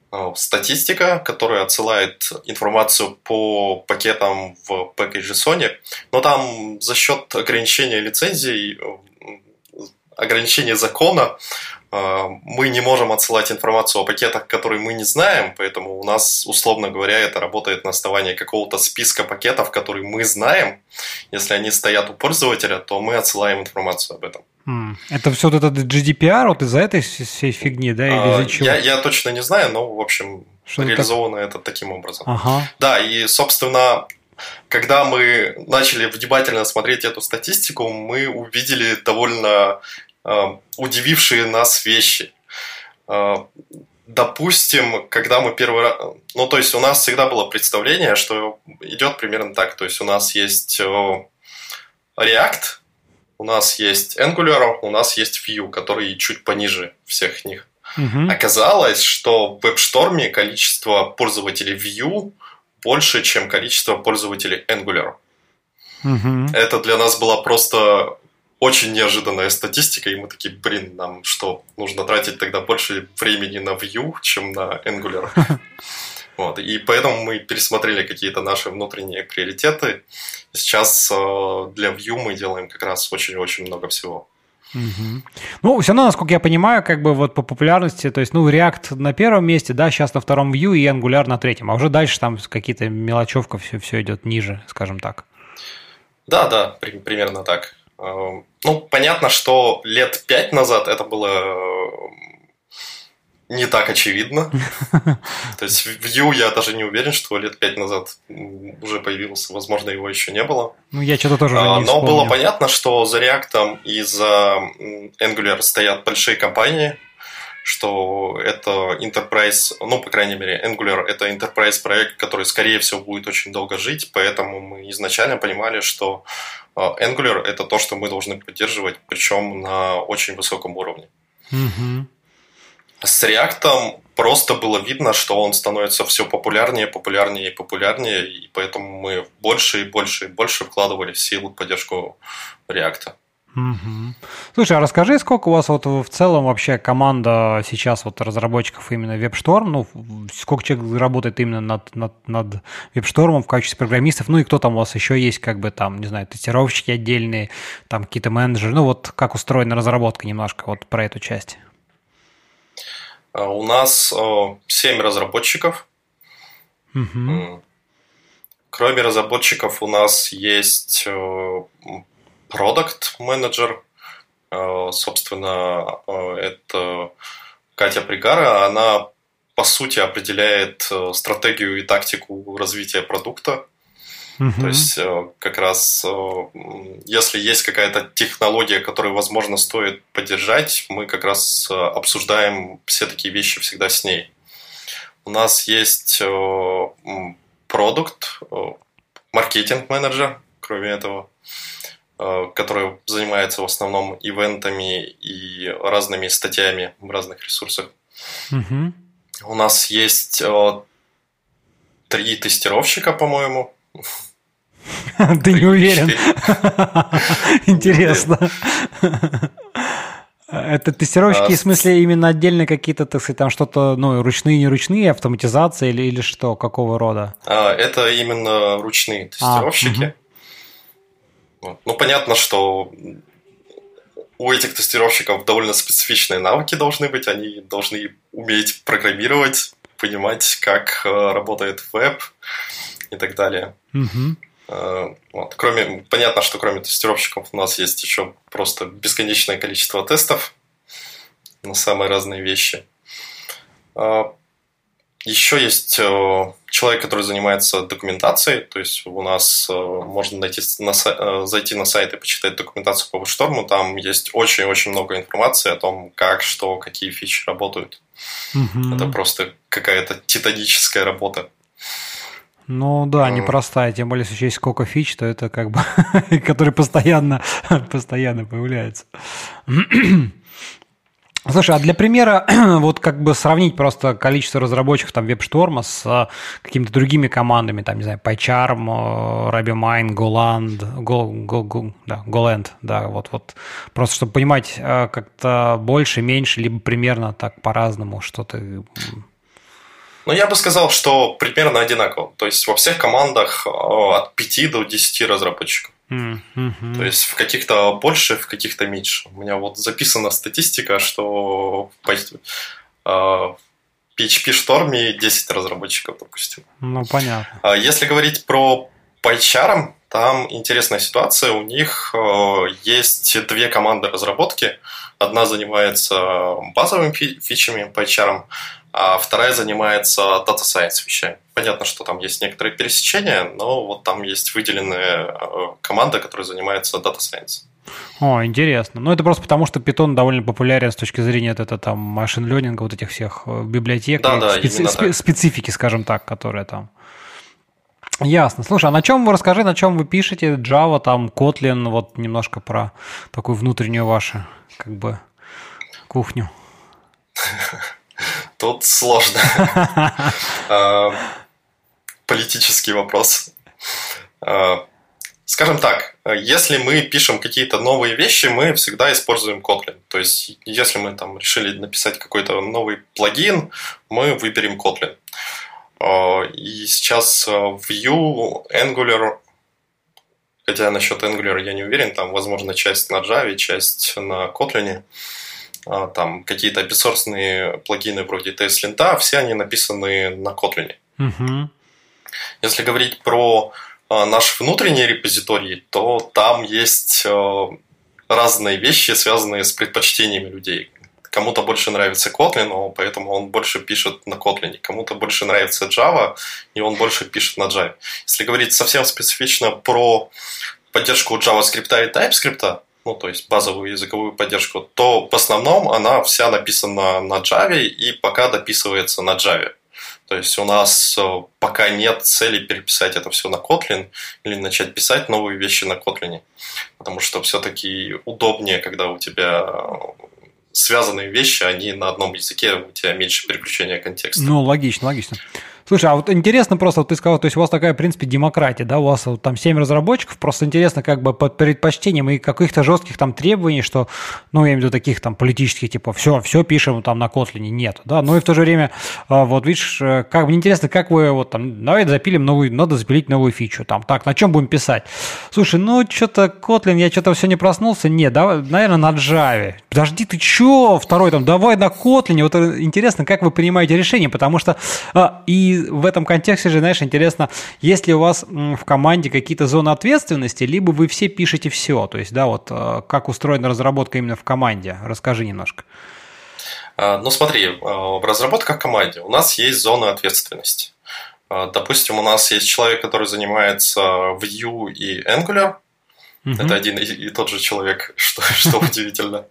статистика, которая отсылает информацию по пакетам в package.json, но там за счет ограничения лицензий, ограничения закона, мы не можем отсылать информацию о пакетах, которые мы не знаем, поэтому у нас, условно говоря, это работает на основании какого-то списка пакетов, которые мы знаем. Если они стоят у пользователя, то мы отсылаем информацию об этом. Это все вот этот джи ди пи ар вот из-за этой всей фигни, да, или из-за чего? Я, я точно не знаю, но, в общем, что реализовано так? Это таким образом. Ага. Да, и, собственно, когда мы начали внимательно смотреть эту статистику, мы увидели довольно э, удивившие нас вещи. Э, допустим, когда мы первый раз... Ну, то есть у нас всегда было представление, что идет примерно так. То есть у нас есть э, React, у нас есть Angular, у нас есть Vue, который чуть пониже всех них. Uh-huh. Оказалось, что в WebStorm количество пользователей Vue больше, чем количество пользователей Angular. Uh-huh. Это для нас была просто очень неожиданная статистика, и мы такие, блин, нам что, нужно тратить тогда больше времени на Vue, чем на Angular? Вот, и поэтому мы пересмотрели какие-то наши внутренние приоритеты. Сейчас э, для Vue мы делаем как раз очень-очень много всего. Угу. Ну, все равно, насколько я понимаю, как бы вот по популярности, то есть, ну, React на первом месте, да, сейчас на втором Vue и Angular на третьем, а уже дальше там какие-то мелочевка, все, все идет ниже, скажем так. Да, да, при, примерно так. Э, ну, понятно, что лет пять назад это было не так очевидно. То есть Vue я даже не уверен, что лет пять назад уже появился. Возможно, его еще не было. Ну, я что-то тоже уже не Но было понятно, что за React и за Angular стоят большие компании, что это enterprise, ну, по крайней мере, Angular – это enterprise проект, который, скорее всего, будет очень долго жить, поэтому мы изначально понимали, что Angular – это то, что мы должны поддерживать, причем на очень высоком уровне. Mm-hmm. С React просто было видно, что он становится все популярнее, популярнее и популярнее, и поэтому мы больше и больше и больше вкладывали сил в поддержку React. Угу. Слушай, а расскажи, сколько у вас вот в целом вообще команда сейчас вот разработчиков именно WebStorm, ну, сколько человек работает именно над, над, над WebStorm в качестве программистов, ну и кто там у вас еще есть, как бы там, не знаю, тестировщики отдельные, там какие-то менеджеры, ну вот как устроена разработка немножко вот про эту часть. У нас семь разработчиков. Угу. Кроме разработчиков у нас есть продакт-менеджер. Собственно, это Катя Пригара. Она, по сути, определяет стратегию и тактику развития продукта. Uh-huh. То есть, как раз, если есть какая-то технология, которую, возможно, стоит поддержать, мы как раз обсуждаем все такие вещи всегда с ней. У нас есть продукт, маркетинг-менеджер, кроме этого, который занимается в основном ивентами и разными статьями в разных ресурсах. Uh-huh. У нас есть три тестировщика, по-моему. Ты не уверен? Интересно. Это тестировщики, в смысле, именно отдельно какие-то, так сказать, там что-то, ну, ручные, не ручные, автоматизация или, или что, какого рода? Это именно ручные тестировщики. А, угу. Ну, понятно, что у этих тестировщиков довольно специфичные навыки должны быть, они должны уметь программировать, понимать, как работает веб и так далее. Угу. Вот. Кроме, понятно, что кроме тестировщиков у нас есть еще просто бесконечное количество тестов на самые разные вещи. Еще есть человек, который занимается документацией, то есть у нас можно найти, на, зайти на сайт и почитать документацию по WebStorm, там есть очень-очень много информации о том, как, что, какие фичи работают. Угу. Это просто какая-то титаническая работа. Ну да, непростая, тем более, если есть сколько фич, то это как бы, которые постоянно, постоянно появляются. Слушай, а для примера, вот как бы сравнить просто количество разработчиков там WebStorm с какими-то другими командами, там, не знаю, PyCharm, RabbitMine, Goland, Go, Go, Go, да, Goland, да, вот, вот, просто чтобы понимать как-то больше, меньше, либо примерно так по-разному, что ты... Ну, я бы сказал, что примерно одинаково. То есть во всех командах от пяти до десяти разработчиков. Mm-hmm. То есть в каких-то больше, в каких-то меньше. У меня вот записана статистика, что в пи эйч пи Storm десять разработчиков, допустим. Ну, понятно. Если говорить про PyCharm, там интересная ситуация. У них есть две команды разработки. Одна занимается базовыми фичами PyCharm, а вторая занимается Data Science вещами. Понятно, что там есть некоторые пересечения, но вот там есть выделенная команда, которая занимается Data Science. О, интересно. Ну, это просто потому, что Python довольно популярен с точки зрения это, там, машин-ленинга, вот этих всех библиотек, да, да, специ- спе- специфики, скажем так, которые там. Ясно. Слушай, а на чем вы, расскажи, на чем вы пишете? Java, там, Kotlin, вот немножко про такую внутреннюю вашу, как бы, кухню. Тут сложно. Политический вопрос. Скажем так, если мы пишем какие-то новые вещи, мы всегда используем Kotlin. То есть, если мы там решили написать какой-то новый плагин, мы выберем Kotlin. И сейчас Vue, Angular, хотя насчет Angular я не уверен, там, возможно, часть на Java, часть на Kotlin, там какие-то open-source плагины вроде TSLint, все они написаны на Kotlin. Mm-hmm. Если говорить про наш внутренний репозиторий, то там есть разные вещи, связанные с предпочтениями людей. Кому-то больше нравится Kotlin, поэтому он больше пишет на Kotlin. Кому-то больше нравится Java, и он больше пишет на Java. Если говорить совсем специфично про поддержку JavaScript и TypeScript, ну, то есть базовую языковую поддержку, то в основном она вся написана на Java и пока дописывается на Java. То есть у нас пока нет цели переписать это все на Kotlin или начать писать новые вещи на Kotlin. Потому что все-таки удобнее, когда у тебя связанные вещи, они на одном языке, у тебя меньше переключения контекста. Ну, логично, логично. Слушай, а вот интересно просто, вот ты сказал, то есть у вас такая, в принципе, демократия, да, у вас вот там семь разработчиков, просто интересно как бы под предпочтением и каких-то жестких там требований, что, ну, я имею в виду таких там политических, типа, все, все пишем там на Kotlin, нет, да, ну и в то же время, вот видишь, как мне интересно, как вы вот там, давай запилим новую, надо запилить новую фичу, там, так, на чем будем писать? Слушай, ну, что-то Kotlin, я что-то все не проснулся, нет, давай, наверное, на Java. Подожди, ты че? Второй там, давай на Kotlin, вот интересно, как вы принимаете решение, потому что и в этом контексте же, знаешь, интересно, есть ли у вас в команде какие-то зоны ответственности, либо вы все пишете все, то есть, да, вот как устроена разработка именно в команде, расскажи немножко. Ну смотри, в разработках в команде у нас есть зона ответственности. Допустим, у нас есть человек, который занимается Vue и Angular. Uh-huh. Это один и тот же человек, что, что удивительно.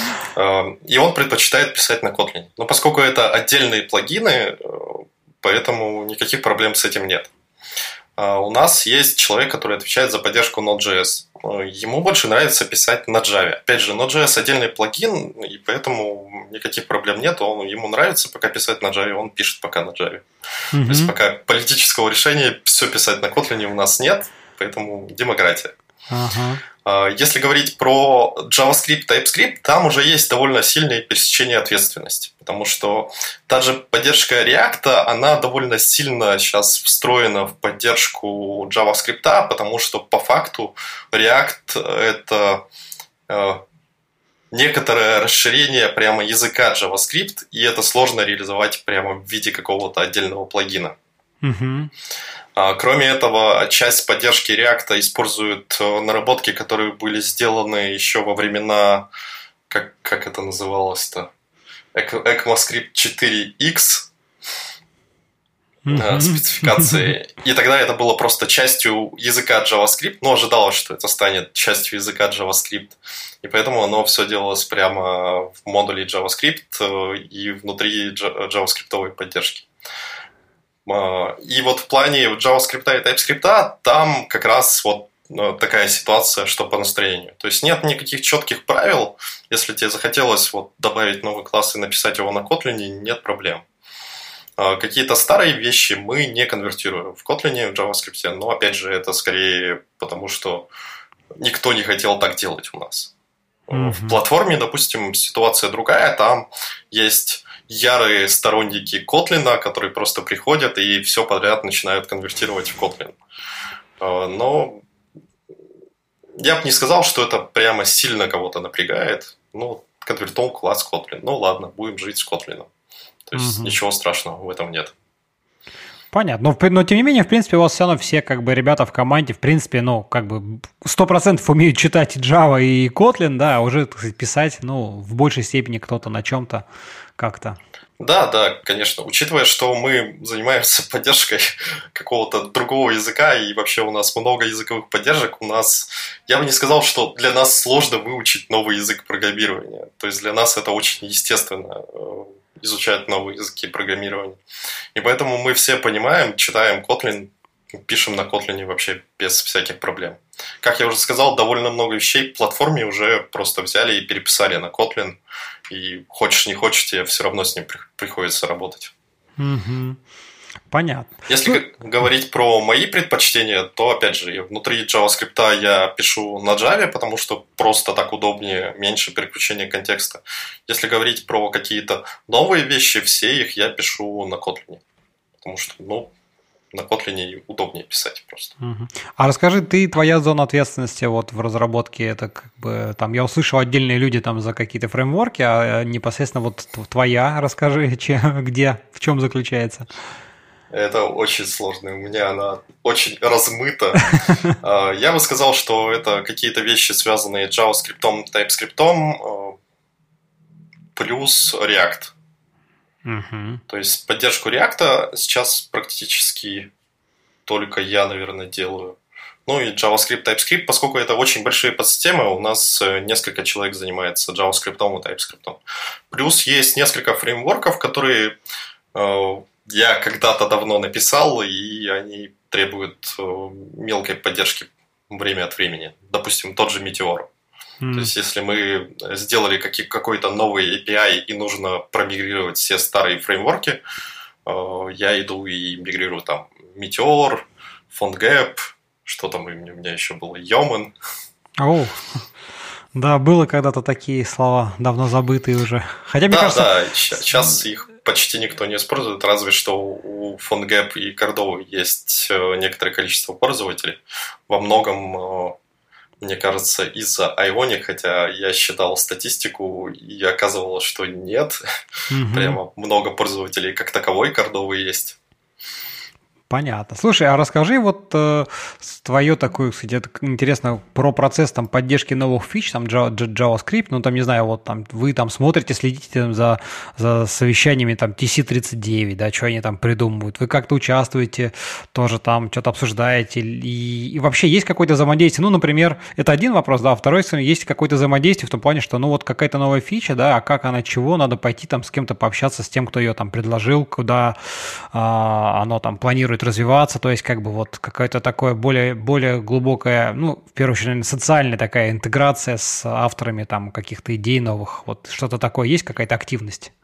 И он предпочитает писать на Kotlin. Но поскольку это отдельные плагины, поэтому никаких проблем с этим нет. У нас есть человек, который отвечает за поддержку Node.js. Ему больше нравится писать на Java. Опять же, Node.js отдельный плагин, и поэтому никаких проблем нет. Он, ему нравится пока писать на Java, он пишет пока на Java. Uh-huh. То есть пока политического решения все писать на Kotlin у нас нет, поэтому демократия. Uh-huh. Если говорить про JavaScript, TypeScript, там уже есть довольно сильное пересечение ответственности, потому что та же поддержка React, она довольно сильно сейчас встроена в поддержку JavaScript, потому что по факту React – это некоторое расширение прямо языка JavaScript, и это сложно реализовать прямо в виде какого-то отдельного плагина. Uh-huh. Кроме этого, часть поддержки React использует наработки, которые были сделаны еще во времена, как, как это называлось-то, ECMAScript четыре икс mm-hmm. спецификации. И тогда это было просто частью языка JavaScript, но ожидалось, что это станет частью языка JavaScript. И поэтому оно все делалось прямо в модуле JavaScript и внутри JavaScript поддержки. И вот в плане JavaScript и TypeScript там как раз вот такая ситуация, что по настроению. То есть нет никаких четких правил. Если тебе захотелось вот добавить новый класс и написать его на Kotlin, нет проблем. Какие-то старые вещи мы не конвертируем в Kotlin, в JavaScript, но опять же это скорее потому, что никто не хотел так делать у нас. Mm-hmm. В платформе, допустим, ситуация другая. Там есть ярые сторонники Kotlin, которые просто приходят и все подряд начинают конвертировать в Kotlin. Но я бы не сказал, что это прямо сильно кого-то напрягает. Ну, конвертол класс Kotlin. Ну ладно, будем жить с Kotlin. То есть угу. ничего страшного в этом нет. Понятно. Но, но, тем не менее, в принципе, у вас все равно все как бы ребята в команде, в принципе, ну, как бы сто процентов умеют читать и Java, и Kotlin, да, а уже, так сказать, писать, ну, в большей степени кто-то на чем-то как-то. Да, да, конечно. Учитывая, что мы занимаемся поддержкой какого-то другого языка, и вообще у нас много языковых поддержек, у нас, я бы не сказал, что для нас сложно выучить новый язык программирования. То есть для нас это очень естественно, изучать новые языки программирования. И поэтому мы все понимаем, читаем Kotlin, пишем на Kotlin вообще без всяких проблем. Как я уже сказал, довольно много вещей в платформе уже просто взяли и переписали на Kotlin. И хочешь не хочешь, тебе все равно с ним приходится работать. Угу. Понятно. Если ну... говорить про мои предпочтения, то, опять же, внутри JavaScript я пишу на Java, потому что просто так удобнее, меньше переключения контекста. Если говорить про какие-то новые вещи, все их я пишу на Kotlin. Потому что, ну, на Kotlin удобнее писать просто. Угу. А расскажи, ты, твоя зона ответственности вот в разработке, это как бы, там, я услышал отдельные люди там за какие-то фреймворки, а непосредственно вот твоя, расскажи, че, где, в чем заключается? Это очень сложно, у меня она очень размыта. Я бы сказал, что это какие-то вещи, связанные с JavaScript, TypeScript, плюс React. Uh-huh. То есть поддержку React сейчас практически только я, наверное, делаю. Ну и JavaScript, TypeScript, поскольку это очень большие подсистемы, у нас несколько человек занимается JavaScript и TypeScript. Плюс есть несколько фреймворков, которые э, я когда-то давно написал, и они требуют э, мелкой поддержки время от времени. Допустим, тот же Meteor. То есть, если мы сделали какой-то новый эй пи ай и нужно промигрировать все старые фреймворки, я иду и мигрирую там Meteor, PhoneGap, что там у меня еще было, Yeoman. О, да, было когда-то такие слова, давно забытые уже. Хотя, мне да, кажется... да, сейчас их почти никто не использует, разве что у PhoneGap и Cordova есть некоторое количество пользователей. Во многом... Мне кажется, из-за Ionic, хотя я считал статистику, и оказывалось, что нет. Угу. Прямо много пользователей как таковой Cordova есть. Понятно. Слушай, а расскажи вот э, твое такое, кстати, это интересно, про процесс там поддержки новых фич, там JavaScript, ну там, не знаю, вот там вы там смотрите, следите там, за, за совещаниями там ти си тридцать девять, да, что они там придумывают, вы как-то участвуете, тоже там что-то обсуждаете, и, и вообще есть какое-то взаимодействие, ну, например, это один вопрос, да, а второй, есть какое-то взаимодействие в том плане, что, ну, вот какая-то новая фича, да, а как она, чего, надо пойти там с кем-то пообщаться, с тем, кто ее там предложил, куда а, оно там планирует развиваться, то есть как бы вот какая-то такое более, более глубокая, ну, в первую очередь, наверное, социальная такая интеграция с авторами там каких-то идей новых, вот что-то такое, есть какая-то активность?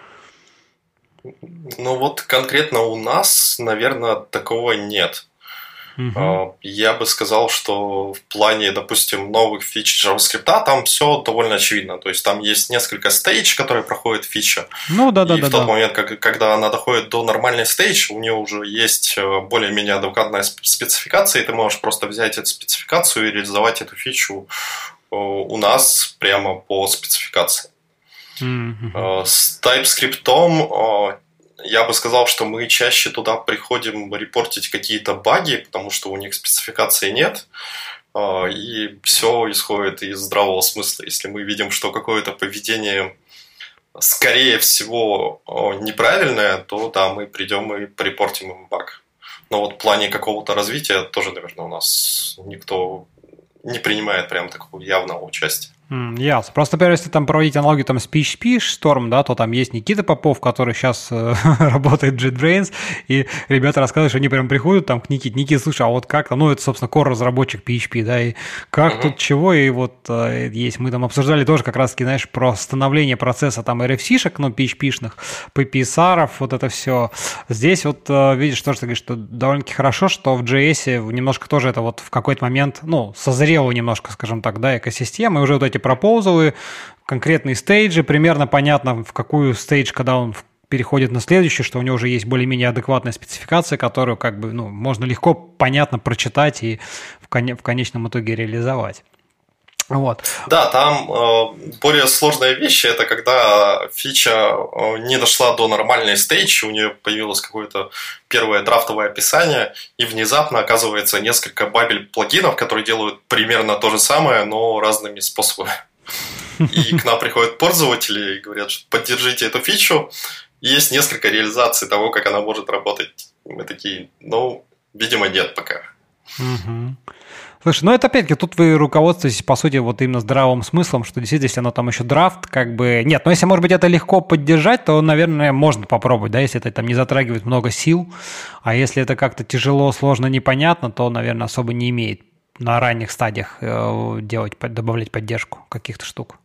Ну вот конкретно у нас, наверное, такого нет. Uh-huh. Я бы сказал, что в плане, допустим, новых фич JavaScript там все довольно очевидно. То есть там есть несколько стейдж, которые проходит фича. Ну, да, да, и да, в тот да. момент, как, когда она доходит до нормальной стейдж, у нее уже есть более-менее адекватная спецификация, и ты можешь просто взять эту спецификацию и реализовать эту фичу у нас прямо по спецификации. Uh-huh. С TypeScript я бы сказал, что мы чаще туда приходим репортить какие-то баги, потому что у них спецификации нет, и все исходит из здравого смысла. Если мы видим, что какое-то поведение, скорее всего, неправильное, то да, мы придем и порепортим им баг. Но вот в плане какого-то развития тоже, наверное, у нас никто не принимает прям такого явного участия. Mm, ясно. Просто, например, если там проводить аналогию там, с пи эйч пи Storm, да, то там есть Никита Попов, который сейчас э, работает в JetBrains, и ребята рассказывают, что они прям приходят там к Никите. Никита, слушай, а вот как там, ну, это, собственно, core-разработчик пи эйч пи, да, и как uh-huh. тут чего, и вот э, есть, мы там обсуждали тоже как раз-таки, знаешь, про становление процесса там эр эф си-шек, ну, пи эйч пи-шных, пи пи эс ар-ов, вот это все. Здесь вот, э, видишь, тоже ты говоришь, что довольно-таки хорошо, что в джей эс немножко тоже это вот в какой-то момент, ну, созрело немножко, скажем так, да, экосистема, и уже вот эти эти пропозалы, конкретные стейджи, примерно понятно, в какую стейдж, когда он переходит на следующий, что у него уже есть более-менее адекватная спецификация, которую как бы, ну, можно легко, понятно прочитать и в, кон- в конечном итоге реализовать. Вот. Да, там э, более сложная вещь, это когда фича э, не дошла до нормальной стейджи, у нее появилось какое-то первое драфтовое описание, и внезапно оказывается несколько бабель-плагинов, которые делают примерно то же самое, но разными способами. И к нам приходят пользователи и говорят, что поддержите эту фичу. И есть несколько реализаций того, как она может работать. Мы такие, ну, видимо, нет пока. Угу. Слушай, ну это опять-таки, тут вы руководствуетесь, по сути, вот именно здравым смыслом, что действительно, если оно там еще драфт, как бы... Нет, но если, может быть, это легко поддержать, то, наверное, можно попробовать, да, если это там не затрагивает много сил, а если это как-то тяжело, сложно, непонятно, то, наверное, особо не имеет на ранних стадиях делать, добавлять поддержку каких-то штук.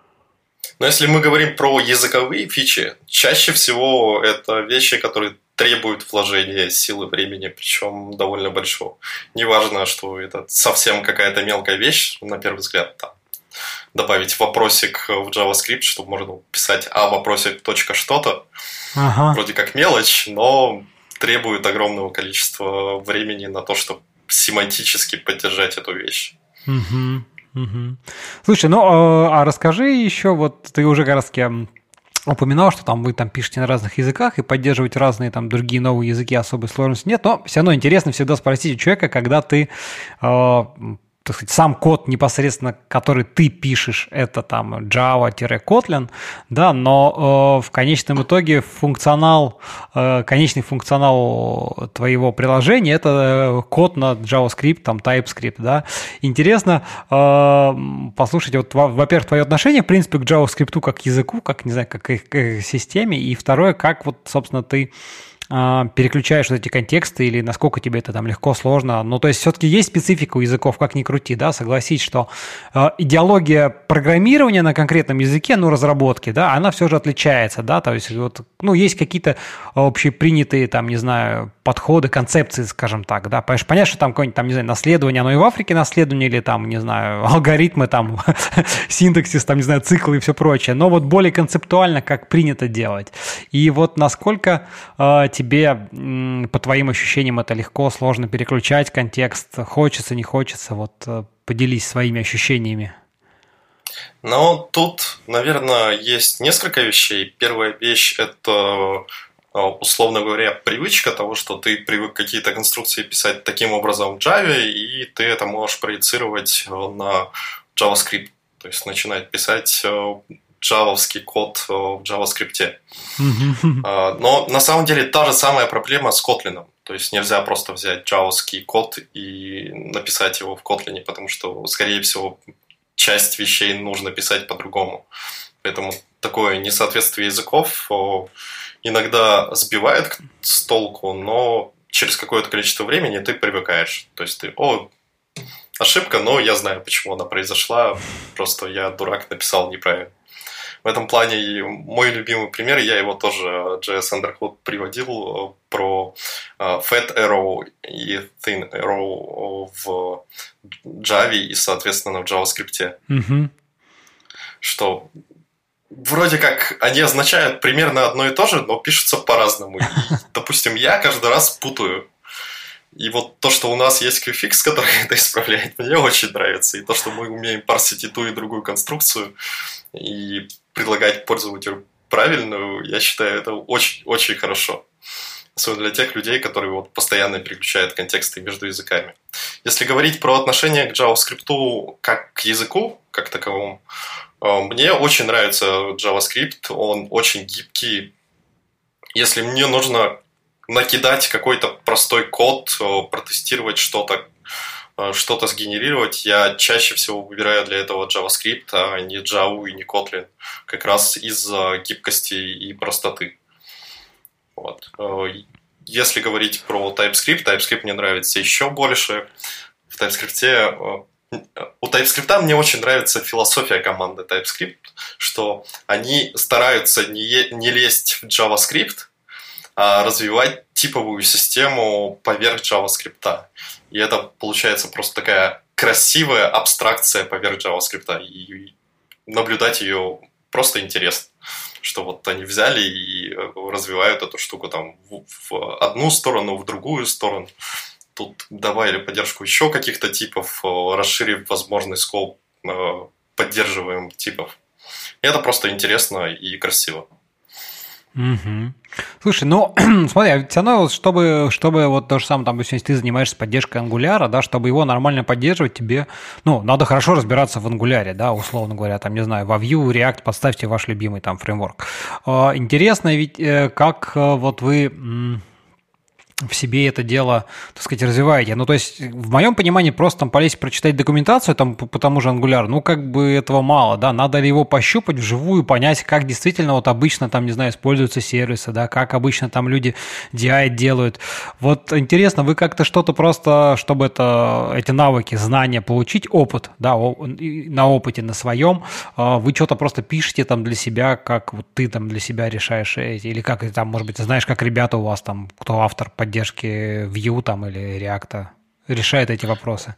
Но если мы говорим про языковые фичи, чаще всего это вещи, которые требуют вложения силы, времени, причем довольно большого. Неважно, что это совсем какая-то мелкая вещь, на первый взгляд, там, добавить вопросик в JavaScript, чтобы можно было писать а вопросик точка что-то. Ага. Вроде как мелочь, но требует огромного количества времени на то, чтобы семантически поддержать эту вещь. Угу. Угу. Слушай, ну а расскажи еще, вот ты уже как раз упоминал, что там вы там пишете на разных языках и поддерживаете разные там другие новые языки, особой сложности нет, но все равно интересно всегда спросить у человека, когда ты э, так сказать, сам код непосредственно, который ты пишешь, это там Java-Kotlin, да, но э, в конечном итоге функционал, э, конечный функционал твоего приложения – это код на JavaScript, там TypeScript, да. Интересно э, послушать, вот, во-первых, твое отношение, в принципе, к JavaScript как к языку, как, не знаю, как к, к системе, и второе, как вот, собственно, ты переключаешь вот эти контексты или насколько тебе это там легко, сложно. Ну, то есть все-таки есть специфика у языков, как ни крути, да, согласись, что э, идеология программирования на конкретном языке, ну, разработки, да, она все же отличается, да, то есть вот, ну, есть какие-то общепринятые, там, не знаю, подходы, концепции, скажем так, да, понимаешь, понятно, что там какое-нибудь, там, не знаю, наследование, оно и в Африке наследование, или там, не знаю, алгоритмы, там, синтаксис, там, не знаю, циклы и все прочее, но вот более концептуально, как принято делать. И вот насколько э, тебе, по твоим ощущениям, это легко, сложно переключать контекст, хочется, не хочется, вот поделись своими ощущениями. Ну, тут, наверное, есть несколько вещей. Первая вещь – это, условно говоря, привычка того, что ты привык какие-то конструкции писать таким образом в Java, и ты это можешь проецировать на JavaScript, то есть начинать писать джавовский код в JavaScript. Но на самом деле та же самая проблема с Kotlin. То есть нельзя просто взять джавовский код и написать его в Kotlin, потому что, скорее всего, часть вещей нужно писать по-другому. Поэтому такое несоответствие языков иногда сбивает с толку, но через какое-то количество времени ты привыкаешь. То есть ты, о, ошибка, но я знаю, почему она произошла, просто я, дурак, написал неправильно. В этом плане мой любимый пример, я его тоже джей эс Undercode приводил, про Fat Arrow и Thin Arrow в Java и, соответственно, в JavaScript. Mm-hmm. Что вроде как они означают примерно одно и то же, но пишутся по-разному. И, допустим, я каждый раз путаю. И вот то, что у нас есть QFix, который это исправляет, мне очень нравится. И то, что мы умеем парсить и ту, и другую конструкцию, и предлагать пользователю правильную, я считаю, это очень-очень хорошо. Особенно для тех людей, которые вот постоянно переключают контексты между языками. Если говорить про отношение к JavaScript как к языку, как таковому, мне очень нравится JavaScript, он очень гибкий. Если мне нужно накидать какой-то простой код, протестировать что-то, что-то сгенерировать, я чаще всего выбираю для этого JavaScript, а не Java и не Kotlin, как раз из-за гибкости и простоты. Вот. Если говорить про TypeScript, TypeScript мне нравится еще больше. В TypeScript, у TypeScript мне очень нравится философия команды TypeScript, что они стараются не, не лезть в JavaScript, а развивать типовую систему поверх JavaScript. И это получается просто такая красивая абстракция поверх JavaScript. И наблюдать ее просто интересно. Что вот они взяли и развивают эту штуку там в одну сторону, в другую сторону. Тут добавили поддержку еще каких-то типов, расширив возможный скоп поддерживаемых типов. И это просто интересно и красиво. Угу. Слушай, ну, смотри, все равно, чтобы, чтобы вот то же самое, там, если ты занимаешься поддержкой Angular, да, чтобы его нормально поддерживать, тебе, ну, надо хорошо разбираться в Angular, да, условно говоря, там, не знаю, во Vue, React, подставьте ваш любимый там фреймворк. Интересно ведь, как вот вы в себе это дело, так сказать, развиваете. Ну, то есть, в моем понимании, просто там полезть прочитать документацию там, по, по тому же Angular, ну, как бы этого мало, да, надо ли его пощупать вживую, понять, как действительно вот обычно там, не знаю, используются сервисы, да, как обычно там люди ди ай делают. Вот интересно, вы как-то что-то просто, чтобы это, эти навыки, знания получить, опыт, да, на опыте, на своем, вы что-то просто пишете там для себя, как вот ты там для себя решаешь эти, или как там, может быть, ты знаешь, как ребята у вас там, кто автор поддержки Vue там, или React решает эти вопросы?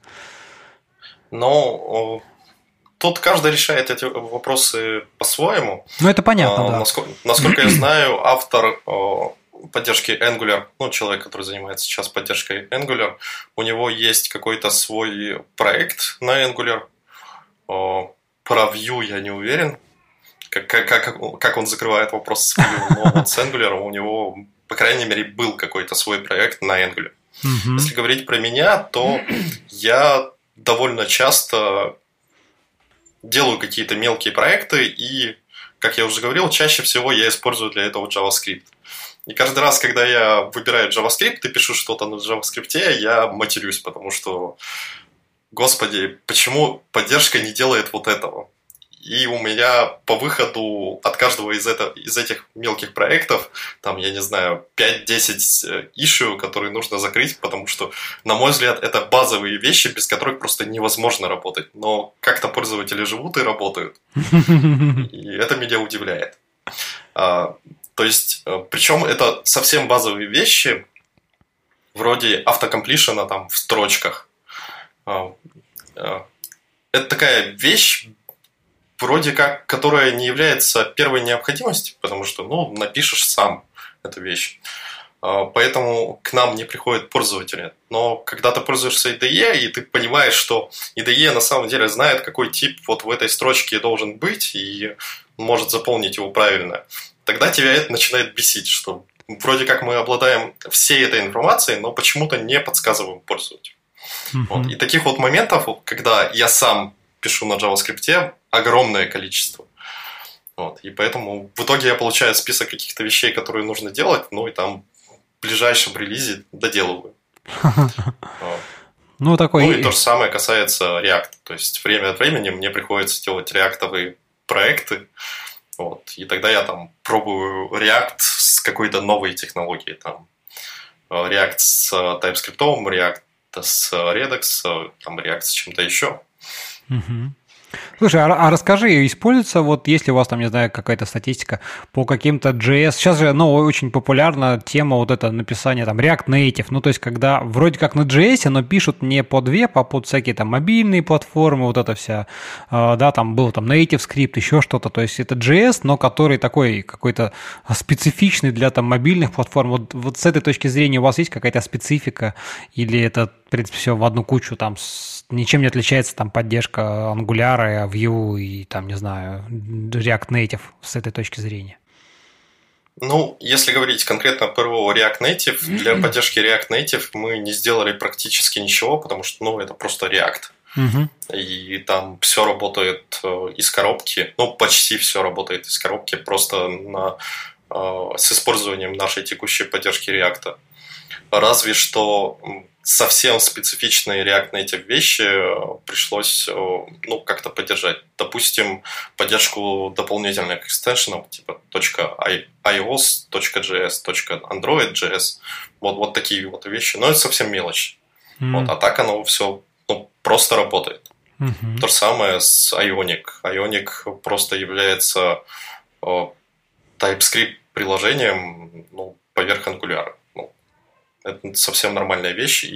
Ну, тут каждый решает эти вопросы по-своему. Ну, это понятно, а, да. Насколько, насколько я знаю, автор поддержки Angular, ну, человек, который занимается сейчас поддержкой Angular, у него есть какой-то свой проект на Angular. Про Vue я не уверен, как, как, как он закрывает вопрос с Vue, но вот с Angular у него, по крайней мере, был какой-то свой проект на Angular. Mm-hmm. Если говорить про меня, то я довольно часто делаю какие-то мелкие проекты, и, как я уже говорил, чаще всего я использую для этого JavaScript. И каждый раз, когда я выбираю JavaScript и пишу что-то на JavaScript, я матерюсь, потому что, господи, почему поддержка не делает вот этого? И у меня по выходу от каждого из, это, из этих мелких проектов, там, я не знаю, пять-десять issue, которые нужно закрыть, потому что, на мой взгляд, это базовые вещи, без которых просто невозможно работать. Но как-то пользователи живут и работают. И это меня удивляет. А, то есть, причем это совсем базовые вещи, вроде автокомплишена там в строчках. А, а, это такая вещь, вроде как, которая не является первой необходимостью, потому что, ну, напишешь сам эту вещь. Поэтому к нам не приходят пользователи. Но когда ты пользуешься ай ди и, и ты понимаешь, что ай ди и на самом деле знает, какой тип вот в этой строчке должен быть, и может заполнить его правильно, тогда тебя это начинает бесить, что вроде как мы обладаем всей этой информацией, но почему-то не подсказываем пользователю. Mm-hmm. Вот. И таких вот моментов, когда я сам пишу на JavaScript, огромное количество. Вот. И поэтому в итоге я получаю список каких-то вещей, которые нужно делать, ну и там в ближайшем релизе доделываю. Ну, такой... ну и то же самое касается React. То есть время от времени мне приходится делать реактовые проекты. Вот. И тогда я там пробую React с какой-то новой технологией. Там React с TypeScript, React с Redux, там React с чем-то еще. Угу. Слушай, а, а расскажи, используется, вот если у вас там, не знаю, какая-то статистика по каким-то джей эс, сейчас же, ну, очень популярна тема вот это написание там React Native, ну, то есть, когда вроде как на джей эс, но пишут не под веб, а под всякие там мобильные платформы, вот это вся, э, да, там был там Native скрипт, еще что-то, то есть, это джей эс, но который такой какой-то специфичный для там мобильных платформ, вот, вот с этой точки зрения у вас есть какая-то специфика, или это, в принципе, все в одну кучу, там, с, ничем не отличается там поддержка Angular, Vue и там, не знаю, React Native с этой точки зрения? Ну, если говорить конкретно про React Native, для поддержки React Native мы не сделали практически ничего, потому что, ну, это просто React. Mm-hmm. И там все работает из коробки, ну, почти все работает из коробки, просто на, с использованием нашей текущей поддержки React. Разве что совсем специфичные React Native вещи пришлось, ну, как-то поддержать. Допустим, поддержку дополнительных экстеншенов типа .ios, .js, .android.js. Вот, вот такие вот вещи. Но это совсем мелочь. Mm-hmm. Вот, а так оно все, ну, просто работает. Mm-hmm. То же самое с Ionic. Ionic просто является TypeScript приложением, ну, поверх Angular. Это совсем нормальная вещь, и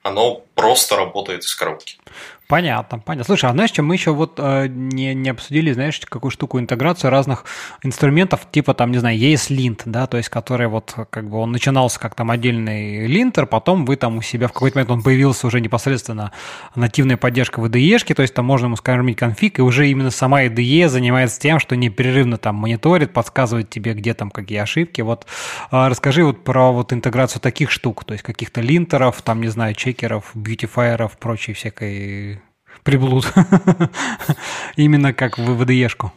оно просто работает из коробки. Понятно, понятно. Слушай, а знаешь, что мы еще вот э, не, не обсудили, знаешь, какую штуку, интеграцию разных инструментов, типа там, не знаю, и эс Lint, да, то есть который вот как бы он начинался как там отдельный линтер, потом вы там у себя в какой-то момент он появился уже непосредственно нативная поддержка в ай ди и-шке, то есть там можно ему скормить конфиг, и уже именно сама ай ди и занимается тем, что непрерывно там мониторит, подсказывает тебе, где там какие ошибки. Вот э, расскажи вот про вот интеграцию таких штук, то есть каких-то линтеров, там, не знаю, чекеров, бьютифайеров, прочей всякой приблуд. Именно как в ай ди и-шку.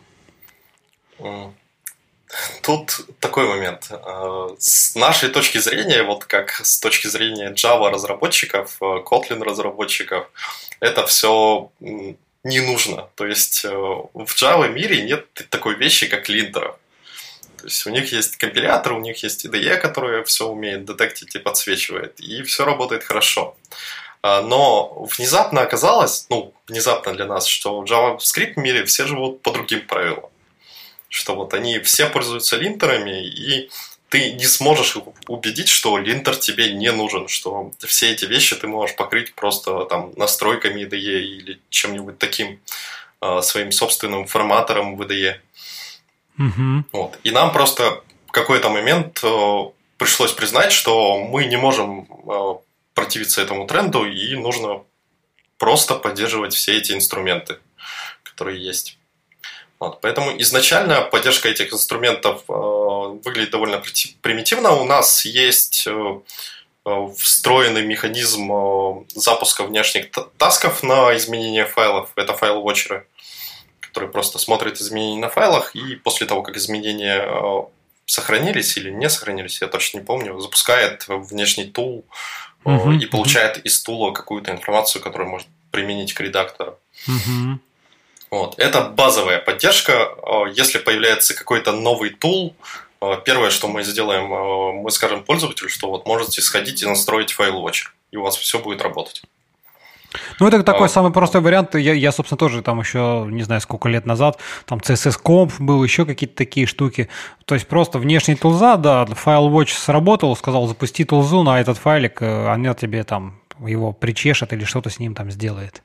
Тут такой момент. С нашей точки зрения, вот как с точки зрения Java разработчиков, Kotlin разработчиков, это все не нужно. То есть в Java мире нет такой вещи, как линтеров. То есть у них есть компилятор, у них есть ай ди и, которая все умеет детектить и подсвечивает, и все работает хорошо. Но внезапно оказалось, ну, внезапно для нас, что в JavaScript мире все живут по другим правилам. Что вот они все пользуются линтерами, и ты не сможешь убедить, что линтер тебе не нужен, что все эти вещи ты можешь покрыть просто там настройками ай ди и или чем-нибудь таким своим собственным форматором в ай ди и. Mm-hmm. Вот. И нам просто в какой-то момент пришлось признать, что мы не можем противиться этому тренду, и нужно просто поддерживать все эти инструменты, которые есть. Вот. Поэтому изначально поддержка этих инструментов э, выглядит довольно примитивно. У нас есть э, встроенный механизм э, запуска внешних тасков на изменение файлов. Это файл-вотчеры, которые просто смотрят изменения на файлах, и после того, как изменения э, сохранились или не сохранились, я точно не помню, запускает внешний тул, Uh-huh, и получает uh-huh. из тула какую-то информацию, которую может применить к редактору. Uh-huh. Вот. Это базовая поддержка. Если появляется какой-то новый тул, первое, что мы сделаем, мы скажем пользователю, что вот можете сходить и настроить файл-вотчер, и у вас все будет работать. Ну, это такой а, самый простой вариант. Я, я, собственно, тоже там еще, не знаю, сколько лет назад, там си эс эс-комп был, еще какие-то такие штуки. То есть просто внешний тулза, да, файл-вотч сработал, сказал, запусти тулзу на этот файлик, она тебе там его причешет или что-то с ним там сделает.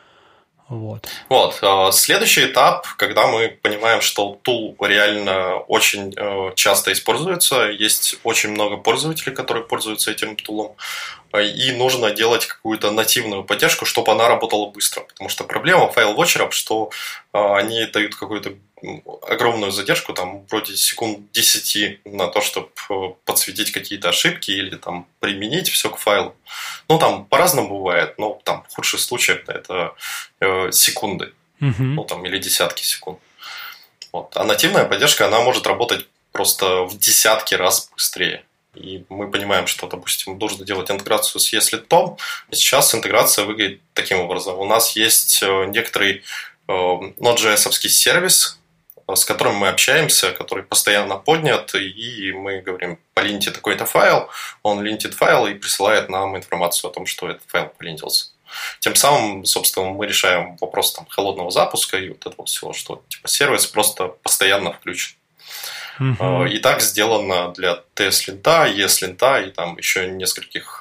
Вот. Вот. Следующий этап, когда мы понимаем, что тул реально очень часто используется, есть очень много пользователей, которые пользуются этим тулом, и нужно делать какую-то нативную поддержку, чтобы она работала быстро. Потому что проблема файл-вотчеров, что они дают какую-то огромную задержку, там вроде секунд десять на то, чтобы подсветить какие-то ошибки или там применить все к файлу. Ну, там по-разному бывает, но там в худших случаях это э, секунды, uh-huh. ну, там, или десятки секунд. Вот. А нативная поддержка, она может работать просто в десятки раз быстрее. И мы понимаем, что, допустим, нужно делать интеграцию с ESLint. И сейчас интеграция выглядит таким образом. У нас есть некоторый э, Node.js-овский сервис, с которым мы общаемся, который постоянно поднят, и мы говорим, полиньте такой-то файл, он линтит файл и присылает нам информацию о том, что этот файл полинтился. Тем самым, собственно, мы решаем вопрос там, холодного запуска и вот этого всего, что типа сервис просто постоянно включен. Uh-huh. И так сделано для ти эс-линт, и эс-линт и там еще нескольких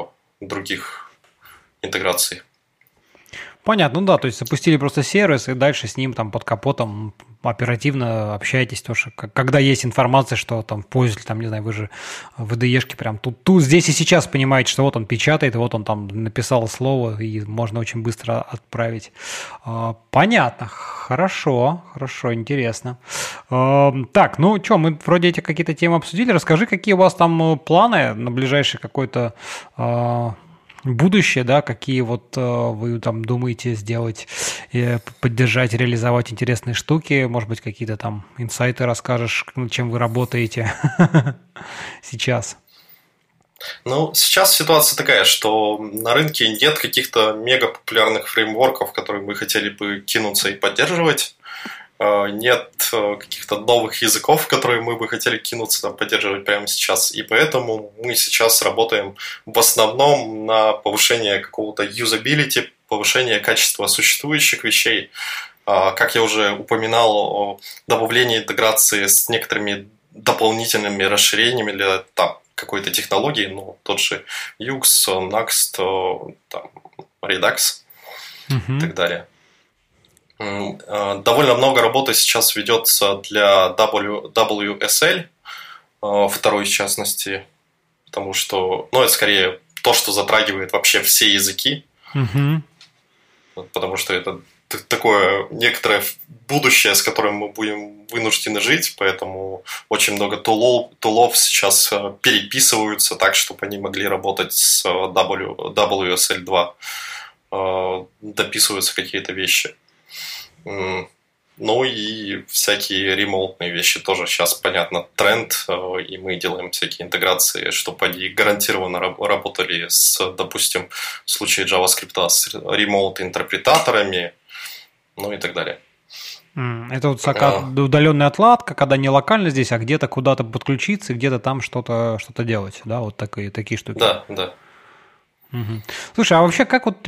других интеграций. Понятно, ну да, то есть запустили просто сервис, и дальше с ним там под капотом оперативно общаетесь тоже. Когда есть информация, что там пользователь, там, не знаю, вы же в ай ди и-шке прям тут, тут, здесь и сейчас понимаете, что вот он печатает, вот он там написал слово, и можно очень быстро отправить. Понятно, хорошо, хорошо, интересно. Так, ну что, мы вроде эти какие-то темы обсудили. Расскажи, какие у вас там планы на ближайший какой-то... будущее, да, какие вот э, вы там думаете сделать, э, поддержать, реализовать интересные штуки, может быть, какие-то там инсайты расскажешь, над чем вы работаете сейчас? Ну, сейчас ситуация такая, что на рынке нет каких-то мега популярных фреймворков, которые мы хотели бы кинуться и поддерживать. Нет каких-то новых языков, в которые мы бы хотели кинуться там, поддерживать прямо сейчас. И поэтому мы сейчас работаем в основном на повышение какого-то юзабилити, повышение качества существующих вещей. Как я уже упоминал, о добавлении интеграции с некоторыми дополнительными расширениями для там, какой-то технологии, ну, тот же Vue, Next, там, Redux Угу. и так далее. Довольно много работы сейчас ведется для дабл ю эс эл, второй в частности, потому что, ну, это скорее то, что затрагивает вообще все языки, Угу. потому что это такое некоторое будущее, с которым мы будем вынуждены жить, поэтому очень много тулов, тулов сейчас переписываются так, чтобы они могли работать с дабл ю эс эл два, дописываются какие-то вещи. Ну и всякие ремоутные вещи тоже сейчас, понятно, тренд, и мы делаем всякие интеграции, чтобы они гарантированно работали с, допустим, в случае JavaScript с ремоут-интерпретаторами, ну и так далее. Это вот а... удаленная отладка, когда не локально здесь, а где-то куда-то подключиться, где-то там что-то, что-то делать, да, вот такие, такие штуки. Да, да. Угу. Слушай, а вообще как вот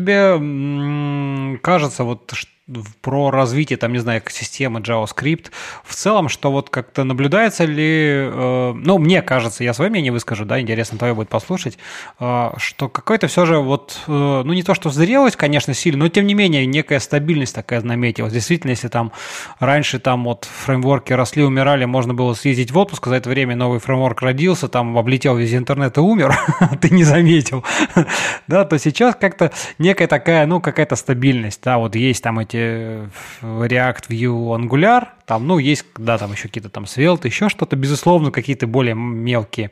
тебе кажется, вот про развитие, там, не знаю, экосистемы JavaScript, в целом, что вот как-то наблюдается ли, э, ну, мне кажется, я свое мнение выскажу, да, интересно твое будет послушать, э, что какой-то все же вот, э, ну, не то, что зрелость, конечно, сильно, но, тем не менее, некая стабильность такая наметилась. Действительно, если там раньше там вот фреймворки росли, умирали, можно было съездить в отпуск, за это время новый фреймворк родился, там облетел весь интернет и умер, ты не заметил, да, то сейчас как-то некая такая, ну, какая-то стабильность, да, вот есть там эти React, Vue, Angular, там, ну, есть, да, там еще какие-то там Svelte, еще что-то, безусловно, какие-то более мелкие.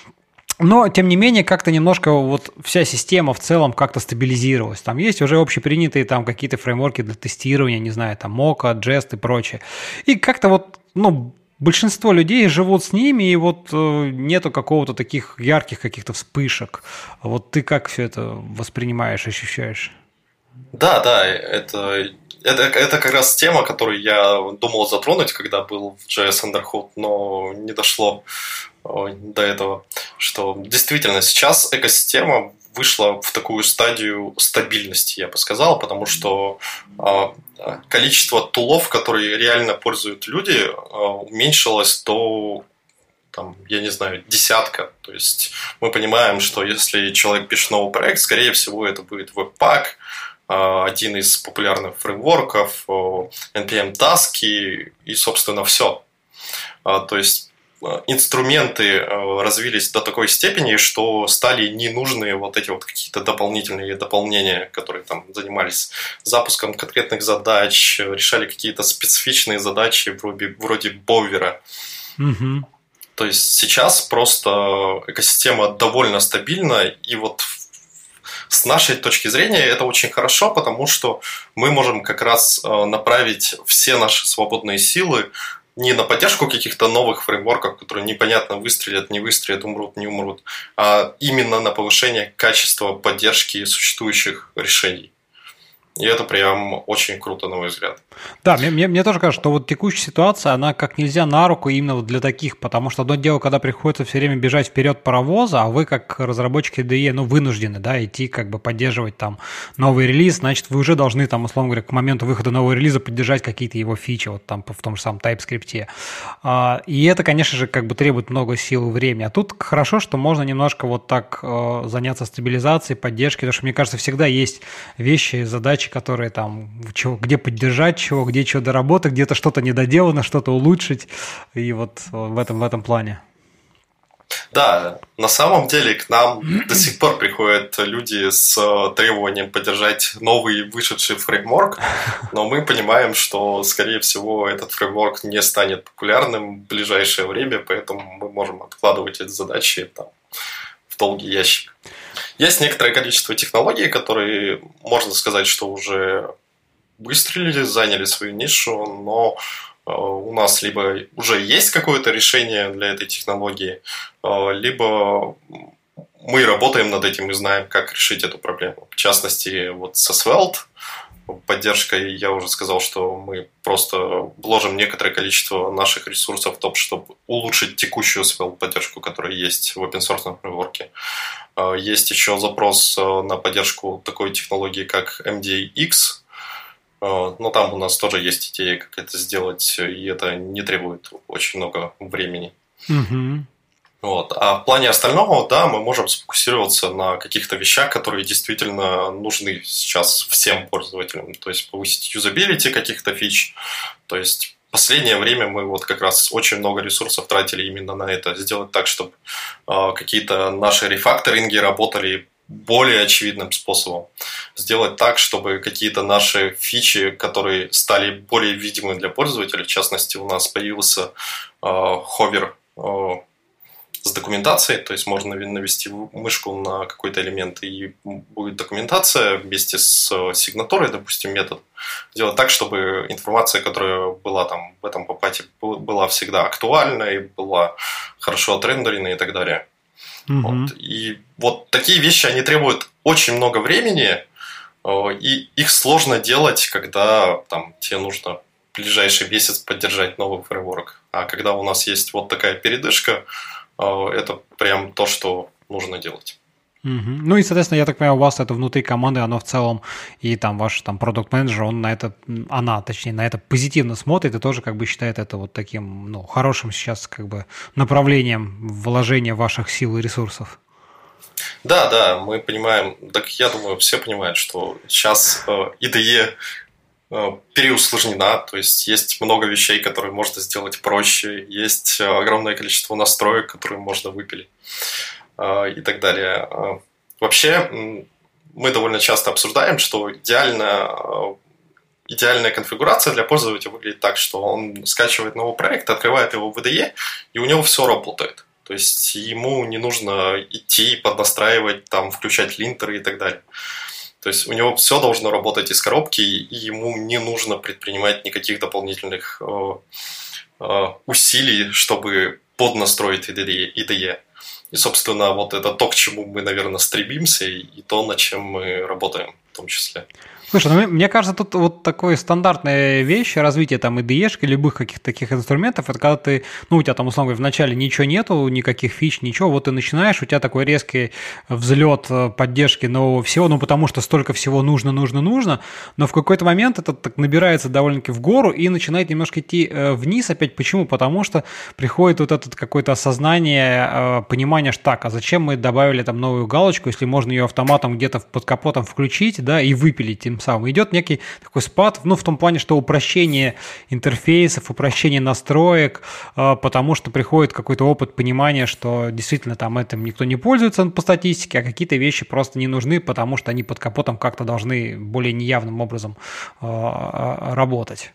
Но, тем не менее, как-то немножко вот вся система в целом как-то стабилизировалась. Там есть уже общепринятые там какие-то фреймворки для тестирования, не знаю, там Mocha, Jest и прочее. И как-то вот, ну, большинство людей живут с ними, и вот э, нету какого-то таких ярких каких-то вспышек. Вот ты как все это воспринимаешь, ощущаешь? Да, да, это... Это, это как раз тема, которую я думал затронуть, когда был в джей эс Underhood, но не дошло до этого, что действительно сейчас экосистема вышла в такую стадию стабильности, я бы сказал, потому что количество тулов, которые реально пользуют люди, уменьшилось до, там, я не знаю, десятка. То есть мы понимаем, что если человек пишет новый проект, скорее всего это будет Webpack, один из популярных фреймворков, эн пи эм таски и, собственно, все. То есть инструменты развились до такой степени, что стали не нужны вот эти вот какие-то дополнительные дополнения, которые там занимались запуском конкретных задач, решали какие-то специфичные задачи вроде, вроде Бовера. Mm-hmm. То есть сейчас просто экосистема довольно стабильна, и вот с нашей точки зрения это очень хорошо, потому что мы можем как раз направить все наши свободные силы не на поддержку каких-то новых фреймворков, которые непонятно выстрелят, не выстрелят, умрут, не умрут, а именно на повышение качества поддержки существующих решений. И это прям очень круто, на мой взгляд. Да, мне, мне, мне тоже кажется, что вот текущая ситуация, она как нельзя на руку именно вот для таких, потому что одно дело, когда приходится все время бежать вперед паровоза, а вы как разработчики ай ди и, ну, вынуждены, да, идти как бы поддерживать там новый релиз, значит, вы уже должны там, условно говоря, к моменту выхода нового релиза поддержать какие-то его фичи, вот там в том же самом TypeScript. А, и это, конечно же, как бы требует много сил и времени. А тут хорошо, что можно немножко вот так э, заняться стабилизацией, поддержкой, потому что, мне кажется, всегда есть вещи, задачи, которые там, чего, где поддержать чего, где чего доработать, где-то что-то недоделано, что-то улучшить, и вот в этом, в этом плане. Да, на самом деле к нам до сих пор приходят люди с требованием поддержать новый вышедший фреймворк, но мы понимаем, что, скорее всего, этот фреймворк не станет популярным в ближайшее время, поэтому мы можем откладывать эти задачи там в долгий ящик. Есть некоторое количество технологий, которые, можно сказать, что уже выстрелили, заняли свою нишу, но у нас либо уже есть какое-то решение для этой технологии, либо мы работаем над этим и знаем, как решить эту проблему. В частности, вот со Svelte поддержкой я уже сказал, что мы просто вложим некоторое количество наших ресурсов в то, чтобы улучшить текущую Svelte поддержку, которая есть в open-source фреймворке. Есть еще запрос на поддержку такой технологии, как эм ди эй икс, но там у нас тоже есть идея, как это сделать, и это не требует очень много времени. Угу. Вот. А в плане остального, да, мы можем сфокусироваться на каких-то вещах, которые действительно нужны сейчас всем пользователям. То есть повысить юзабилити каких-то фич. То есть в последнее время мы вот как раз очень много ресурсов тратили именно на это. Сделать так, чтобы э, какие-то наши рефакторинги работали более очевидным способом. Сделать так, чтобы какие-то наши фичи, которые стали более видимы для пользователей, в частности, у нас появился э, ховер э, с документацией, то есть можно навести мышку на какой-то элемент, и будет документация вместе с сигнатурой, допустим, метод. Делать так, чтобы информация, которая была там в этом попате, была всегда актуальной, была хорошо отрендерена и так далее. Mm-hmm. Вот. И вот такие вещи, они требуют очень много времени, и их сложно делать, когда там, тебе нужно в ближайший месяц поддержать новый фреймворк. А когда у нас есть вот такая передышка, это прям то, что нужно делать. Угу. Ну и, соответственно, я так понимаю, у вас это внутри команды, оно в целом, и там ваш там продукт-менеджер, он на это, она, точнее, на это позитивно смотрит и тоже как бы считает это вот таким, ну, хорошим сейчас как бы направлением вложения ваших сил и ресурсов. Да, да, мы понимаем, так я думаю, все понимают, что сейчас ай ди и переусложнена, то есть есть много вещей, которые можно сделать проще, есть огромное количество настроек, которые можно выпилить и так далее. Вообще, мы довольно часто обсуждаем, что идеальная, идеальная конфигурация для пользователя выглядит так, что он скачивает новый проект, открывает его в ай ди и, и у него все работает. То есть ему не нужно идти, поднастраивать, там, включать линтеры и так далее. То есть у него все должно работать из коробки, и ему не нужно предпринимать никаких дополнительных э, э, усилий, чтобы поднастроить ай ди и. И, собственно, вот это то, к чему мы, наверное, стремимся, и то, над чем мы работаем в том числе. Слушай, ну мне кажется, тут вот такая стандартная вещь развития там ай ди и-шки, любых каких-то таких инструментов, это когда ты, ну, у тебя там, условно говоря, вначале ничего нету, никаких фич, ничего, вот ты начинаешь, у тебя такой резкий взлет поддержки нового всего, ну, потому что столько всего нужно, нужно, нужно, но в какой-то момент это так набирается довольно-таки в гору и начинает немножко идти вниз опять. Почему? Потому что приходит вот это какое-то осознание, понимание, что так, а зачем мы добавили там новую галочку, если можно ее автоматом где-то под капотом включить, да, и выпилить тем самым. Идет некий такой спад, ну, в том плане, что упрощение интерфейсов, упрощение настроек, э, потому что приходит какой-то опыт понимания, что действительно там этим никто не пользуется по статистике, а какие-то вещи просто не нужны, потому что они под капотом как-то должны более неявным образом э, работать.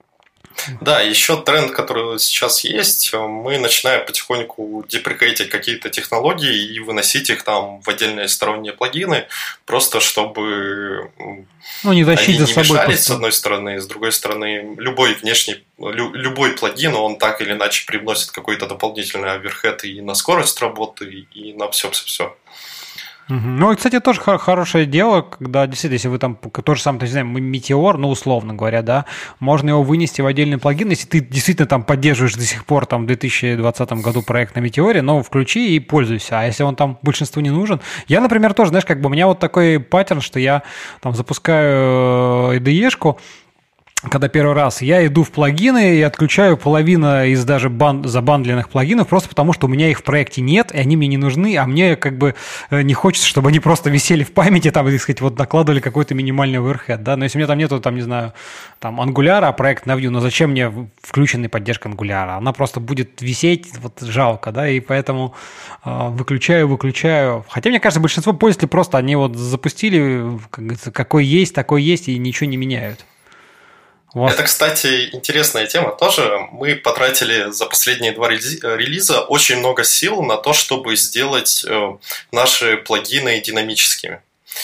Да, еще тренд, который сейчас есть, мы начинаем потихоньку деприкейтить какие-то технологии и выносить их там в отдельные сторонние плагины, просто чтобы ну, не они за не собой мешались, просто. с одной стороны, с другой стороны, любой внешний, лю, любой плагин, он так или иначе привносит какой-то дополнительный оверхед и на скорость работы, и на все-все-все. Ну, и, кстати, тоже хорошее дело, когда действительно, если вы там то же самое, то, не знаю, Meteor, ну, условно говоря, да, можно его вынести в отдельный плагин, если ты действительно там поддерживаешь до сих пор там в две тысячи двадцатом году проект на Meteor, но включи и пользуйся, а если он там большинству не нужен. Я, например, тоже, знаешь, как бы у меня вот такой паттерн, что я там запускаю ай ди и-шку, когда первый раз я иду в плагины и отключаю половину из даже бан- забандленных плагинов просто потому, что у меня их в проекте нет, и они мне не нужны, а мне как бы не хочется, чтобы они просто висели в памяти, там, так сказать, вот накладывали какой-то минимальный overhead, да, но если у меня там нету, там, не знаю, там, Angular, а проект на Vue, но зачем мне включенная поддержка Angular? Она просто будет висеть, вот жалко, да, и поэтому э, выключаю, выключаю. Хотя, мне кажется, большинство пользователей просто они вот запустили, как говорится, какой есть, такой есть, и ничего не меняют. Вас... Это, кстати, интересная тема тоже. Мы потратили за последние два релиза очень много сил на то, чтобы сделать наши плагины динамическими.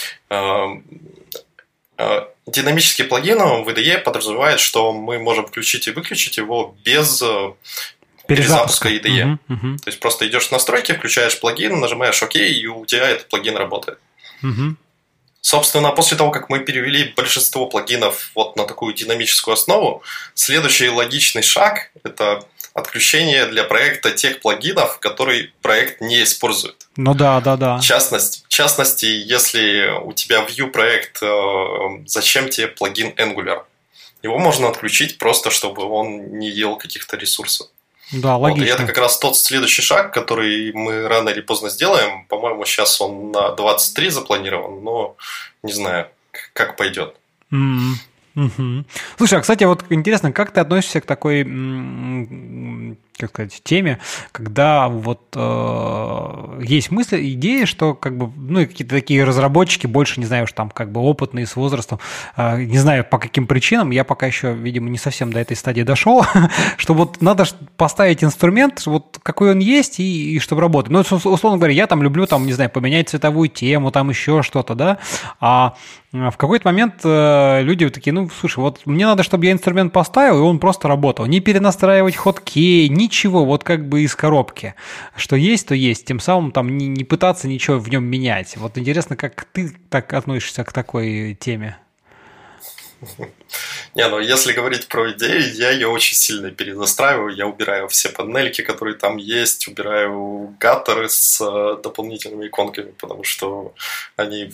Динамический плагин в ай ди и подразумевает, что мы можем включить и выключить его без перезапуска ай ди и. Угу, угу. То есть просто идешь в настройки, включаешь плагин, нажимаешь ОК, и у тебя этот плагин работает. Угу. Собственно, после того, как мы перевели большинство плагинов вот на такую динамическую основу, следующий логичный шаг – это отключение для проекта тех плагинов, которые проект не использует. Ну да, да, да. В частности, в частности если у тебя Vue проект, зачем тебе плагин Angular? Его можно отключить просто, чтобы он не ел каких-то ресурсов. Да, логично. Вот, и это как раз тот следующий шаг, который мы рано или поздно сделаем. По-моему, сейчас он на двадцать три запланирован, но не знаю, как пойдет. Mm-hmm. Угу. Слушай, а, кстати, вот интересно, как ты относишься к такой, как сказать, теме, когда вот э, есть мысль, идея, что как бы, ну, какие-то такие разработчики, больше, не знаю, уж там как бы опытные, с возрастом, э, не знаю по каким причинам, я пока еще, видимо, не совсем до этой стадии дошел, что вот надо поставить инструмент, вот какой он есть, и, и чтобы работать. Ну, условно говоря, я там люблю, там, не знаю, поменять цветовую тему, там еще что-то, да, а в какой-то момент э, люди такие, ну, слушай, вот мне надо, чтобы я инструмент поставил, и он просто работал. Не перенастраивать хоткей, ничего, вот как бы из коробки. Что есть, то есть. Тем самым там не, не пытаться ничего в нем менять. Вот интересно, как ты так относишься к такой теме? Не, ну если говорить про идею, я ее очень сильно перенастраиваю. Я убираю все панельки, которые там есть, убираю гаттеры с э, дополнительными иконками, потому что они...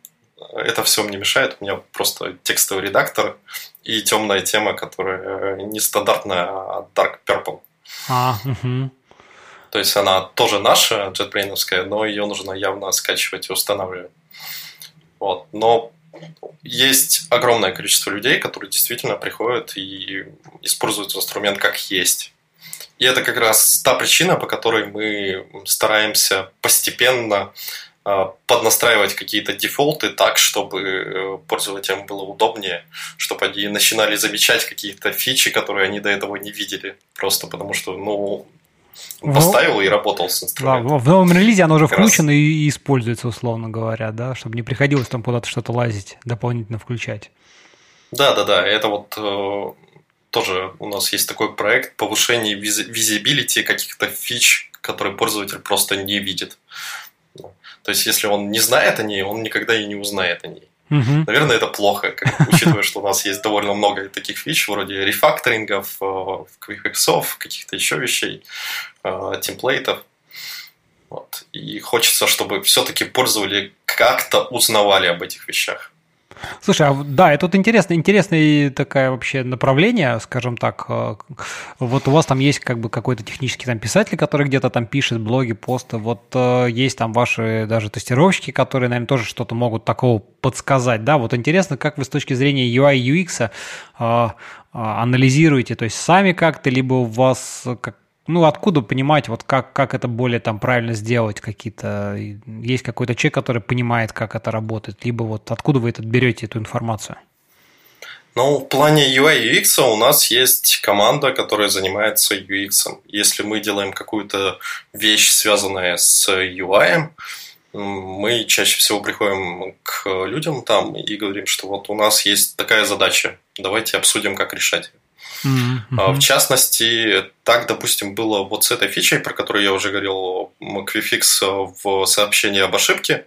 Это все мне мешает. У меня просто текстовый редактор и темная тема, которая не стандартная, а Dark Purple. А, угу. То есть она тоже наша, JetBrains-овская, но ее нужно явно скачивать и устанавливать. Вот. Но есть огромное количество людей, которые действительно приходят и используют инструмент как есть. И это как раз та причина, по которой мы стараемся постепенно поднастраивать какие-то дефолты так, чтобы пользователям было удобнее, чтобы они начинали замечать какие-то фичи, которые они до этого не видели, просто потому что, ну, поставил в... и работал с инструментом. Да, в новом релизе оно уже как включено раз... и используется, условно говоря, да, чтобы не приходилось там куда-то что-то лазить, дополнительно включать. Да-да-да, это вот э, тоже у нас есть такой проект повышения визибилити каких-то фич, которые пользователь просто не видит. То есть, если он не знает о ней, он никогда и не узнает о ней. Uh-huh. Наверное, это плохо, как, учитывая, что у нас есть довольно много таких фич, вроде рефакторингов, квикфиксов, каких-то еще вещей, темплейтов. Вот. И хочется, чтобы все-таки пользователи как-то узнавали об этих вещах. Слушай, а да, это вот интересное, интересное такое вообще направление, скажем так. Вот у вас там есть как бы какой-то технический там писатель, который где-то там пишет блоги, посты. Вот есть там ваши даже тестировщики, которые, наверное, тоже что-то могут такого подсказать. Да, вот интересно, как вы с точки зрения ю ай ю экс анализируете, то есть сами как-то, либо у вас как ну, откуда понимать, вот как, как это более там правильно сделать, какие-то, есть какой-то человек, который понимает, как это работает, либо вот откуда вы это берете, эту информацию? Ну, в плане ю ай ю экс у нас есть команда, которая занимается ю экс. Если мы делаем какую-то вещь, связанную с ю ай, мы чаще всего приходим к людям там и говорим, что вот у нас есть такая задача, давайте обсудим, как решать. Mm-hmm. В частности, так, допустим, было вот с этой фичей, про которую я уже говорил, Quickfix в сообщении об ошибке.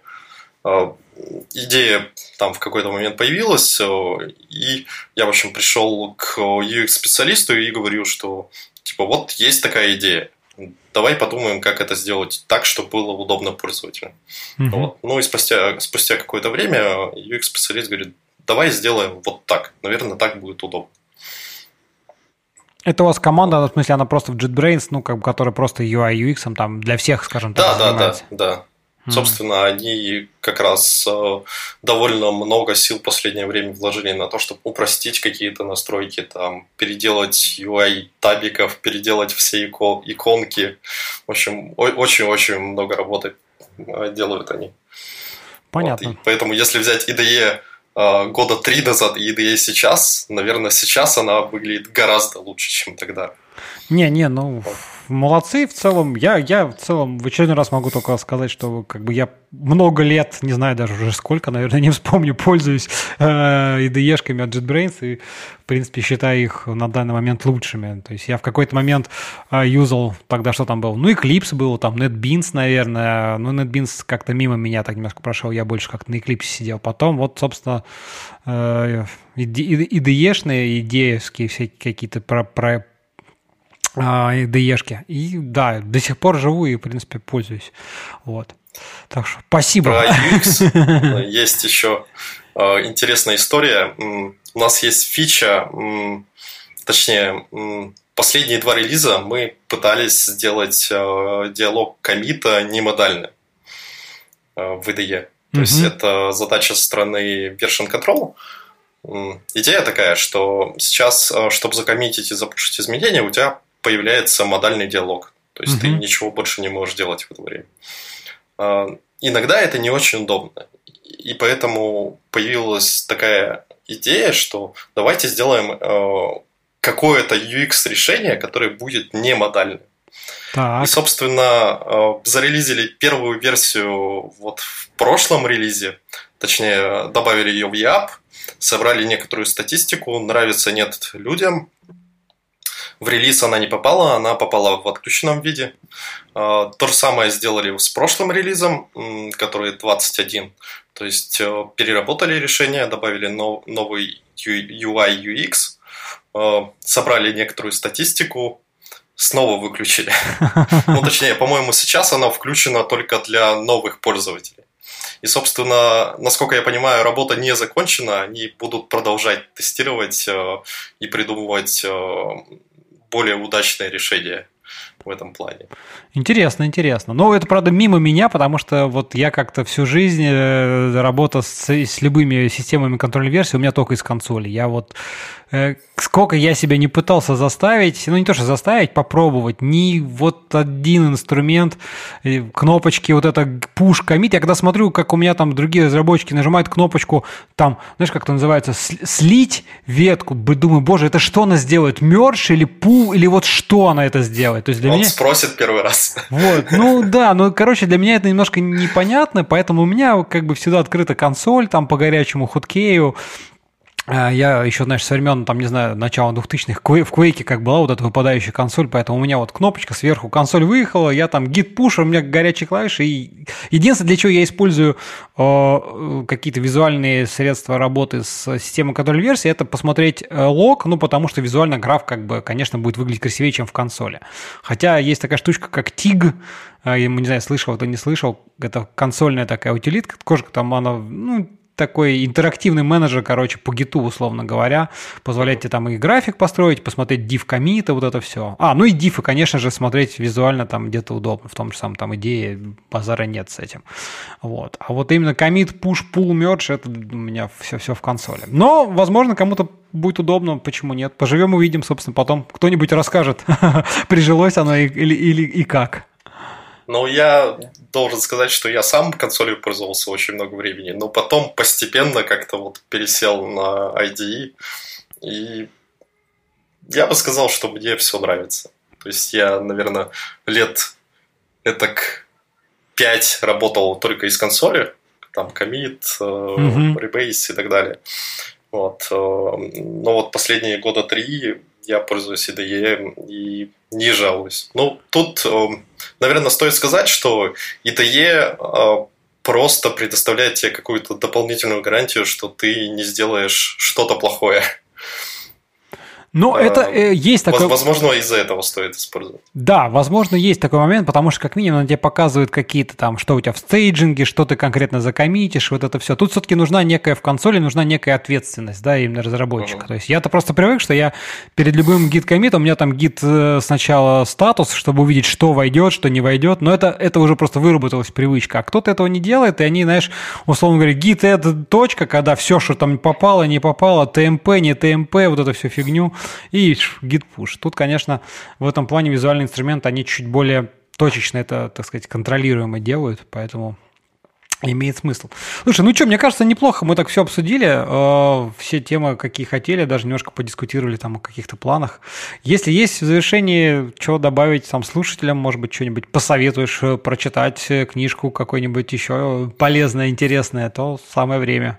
Идея там в какой-то момент появилась, и я, в общем, пришел к ю экс-специалисту и говорю, что типа вот есть такая идея, давай подумаем, как это сделать так, чтобы было удобно пользователям. Mm-hmm. Вот. Ну и спустя, спустя какое-то время ю экс-специалист говорит, давай сделаем вот так, наверное, так будет удобно. Это у вас команда, в смысле, она просто в JetBrains, ну, как бы, которая просто ю ай ю экс там для всех, скажем так, да, занимается. Да, да, да. Mm. Собственно, они как раз э, довольно много сил в последнее время вложили на то, чтобы упростить какие-то настройки, там, переделать ю ай табиков, переделать все икон- иконки. В общем, очень-очень много работы делают они. Понятно. Вот. И поэтому, если взять ай ди и года три назад и ай ди и сейчас, наверное, сейчас она выглядит гораздо лучше, чем тогда. Не-не, ну, молодцы в целом. Я, я в целом в очередной раз могу только сказать, что как бы я много лет, не знаю даже уже сколько, наверное, не вспомню, пользуюсь э, ай ди и-шками от JetBrains и, в принципе, считаю их на данный момент лучшими. То есть я в какой-то момент э, юзал тогда, что там был, ну, Eclipse был, там NetBeans, наверное, ну, NetBeans как-то мимо меня так немножко прошел, я больше как-то на Eclipse сидел. Потом вот, собственно, э, ай ди и-шные, идеевские всякие какие-то про, про ай ди и-шки. И да, до сих пор живу и, в принципе, пользуюсь. Вот. Так что спасибо. Про ю экс есть еще интересная история. У нас есть фича, точнее, последние два релиза мы пытались сделать э, диалог коммита немодальным э, в ай ди и. То mm-hmm. есть это задача со стороны version control. Идея такая, что сейчас, чтобы закоммитить и запушить изменения, у тебя появляется модальный диалог. То есть mm-hmm. ты ничего больше не можешь делать в это время. Иногда это не очень удобно. И поэтому появилась такая идея, что давайте сделаем какое-то ю экс-решение, которое будет не модальным. Так. И, собственно, зарелизили первую версию вот в прошлом релизе, точнее, добавили ее в и эй пи, собрали некоторую статистику, нравится, нет людям. В релиз она не попала, она попала в отключенном виде. То же самое сделали с прошлым релизом, который двадцать один. То есть переработали решение, добавили новый ю ай, ю экс, собрали некоторую статистику, снова выключили. Ну, точнее, по-моему, сейчас она включена только для новых пользователей. И, собственно, насколько я понимаю, работа не закончена, они будут продолжать тестировать и придумывать более удачное решение в этом плане. Интересно, интересно. Но это, правда, мимо меня, потому что вот я как-то всю жизнь работал с, с любыми системами контрольной версии, у меня только из консоли. Я вот э, сколько я себя не пытался заставить, ну не то, что заставить, попробовать, ни вот один инструмент, кнопочки, вот это push commit, я когда смотрю, как у меня там другие разработчики нажимают кнопочку, там, знаешь, как это называется, слить ветку, думаю, боже, это что она сделает, merge или pull, или вот что она это сделает? То есть для Он меня... спросит первый раз. Вот, ну да, ну, короче, для меня это немножко непонятно, поэтому у меня как бы всегда открыта консоль, там по горячему хоткею. Я еще, знаешь, со времен, там, не знаю, начала двухтысячных в Quake как была вот эта выпадающая консоль, поэтому у меня вот кнопочка сверху, консоль выехала, я там git push, у меня горячие клавиши. И единственное, для чего я использую э, какие-то визуальные средства работы с системой контрольной версии, это посмотреть лог, ну, потому что визуально граф, как бы, конечно, будет выглядеть красивее, чем в консоли. Хотя есть такая штучка, как тиг, я не знаю, слышал, кто не слышал, это консольная такая утилитка, кошка там, она, ну, такой интерактивный менеджер, короче, по гиту, условно говоря, позволяет тебе там и график построить, посмотреть div коммиты, вот это все. А, ну и diff, и, конечно же, смотреть визуально там где-то удобно, в том же самом там идее, базара нет с этим. Вот. А вот именно commit, push, pull, merge, это у меня все-все в консоли. Но, возможно, кому-то будет удобно, почему нет. Поживем, увидим, собственно, потом кто-нибудь расскажет, прижилось оно или, или и как. Ну, я должен сказать, что я сам консолью пользовался очень много времени, но потом постепенно как-то вот пересел на ай ди и, и я бы сказал, что мне все нравится. То есть я, наверное, лет этак пять работал только из консоли, там commit, mm-hmm. rebase и так далее. Вот. Но вот последние года три я пользуюсь ай ди и, и не жалуюсь. Ну, тут, наверное, стоит сказать, что ай ди и просто предоставляет тебе какую-то дополнительную гарантию, что ты не сделаешь что-то плохое. Но а, это э, есть такой... Возможно, из-за этого стоит использовать. Да, возможно, есть такой момент, потому что, как минимум, он тебе показывает какие-то там, что у тебя в стейджинге, что ты конкретно закоммитишь, вот это все. Тут все-таки нужна некая в консоли, нужна некая ответственность, да, именно разработчика. Uh-huh. То есть я-то просто привык, что я перед любым гид-коммитом, у меня там гид сначала статус, чтобы увидеть, что войдет, что не войдет, но это, это уже просто выработалась привычка. А кто-то этого не делает, и они, знаешь, условно говоря, git add точка, когда все, что там попало, не попало, tmp, не tmp, вот эту всю фигню, и git push. Тут, конечно, в этом плане визуальные инструменты, они чуть более точечно это, так сказать, контролируемо делают, поэтому имеет смысл. Слушай, ну что, мне кажется, неплохо. Мы так все обсудили, э, все темы, какие хотели, даже немножко подискутировали там о каких-то планах. Если есть в завершении что добавить там слушателям, может быть, что-нибудь посоветуешь прочитать, книжку какую-нибудь еще полезное, интересное, то самое время.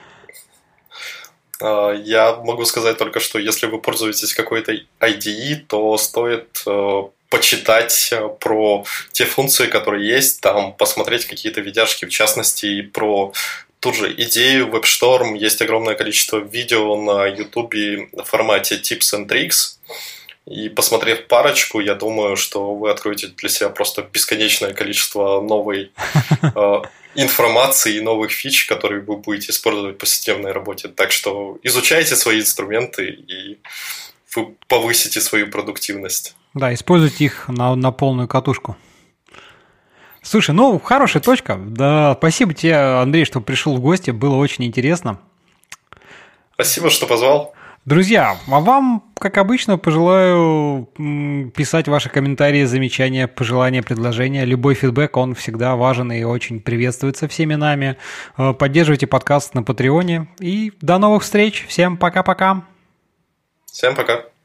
Я могу сказать только, что если вы пользуетесь какой-то ай ди и, то стоит э, почитать про те функции, которые есть, там посмотреть какие-то видяшки, в частности, про ту же идею WebStorm. Есть огромное количество видео на YouTube в формате Tips and Tricks. И посмотрев парочку, я думаю, что вы откроете для себя просто бесконечное количество новой э, информации и новых фич, которые вы будете использовать в повседневной работе. Так что изучайте свои инструменты и вы повысите свою продуктивность. Да, используйте их на, на полную катушку. Слушай, ну, хорошая точка. Да, спасибо тебе, Андрей, что пришел в гости. Было очень интересно. Спасибо, что позвал. Друзья, а вам, как обычно, пожелаю писать ваши комментарии, замечания, пожелания, предложения. Любой фидбэк, он всегда важен и очень приветствуется всеми нами. Поддерживайте подкаст на Патреоне. И до новых встреч. Всем пока-пока. Всем пока.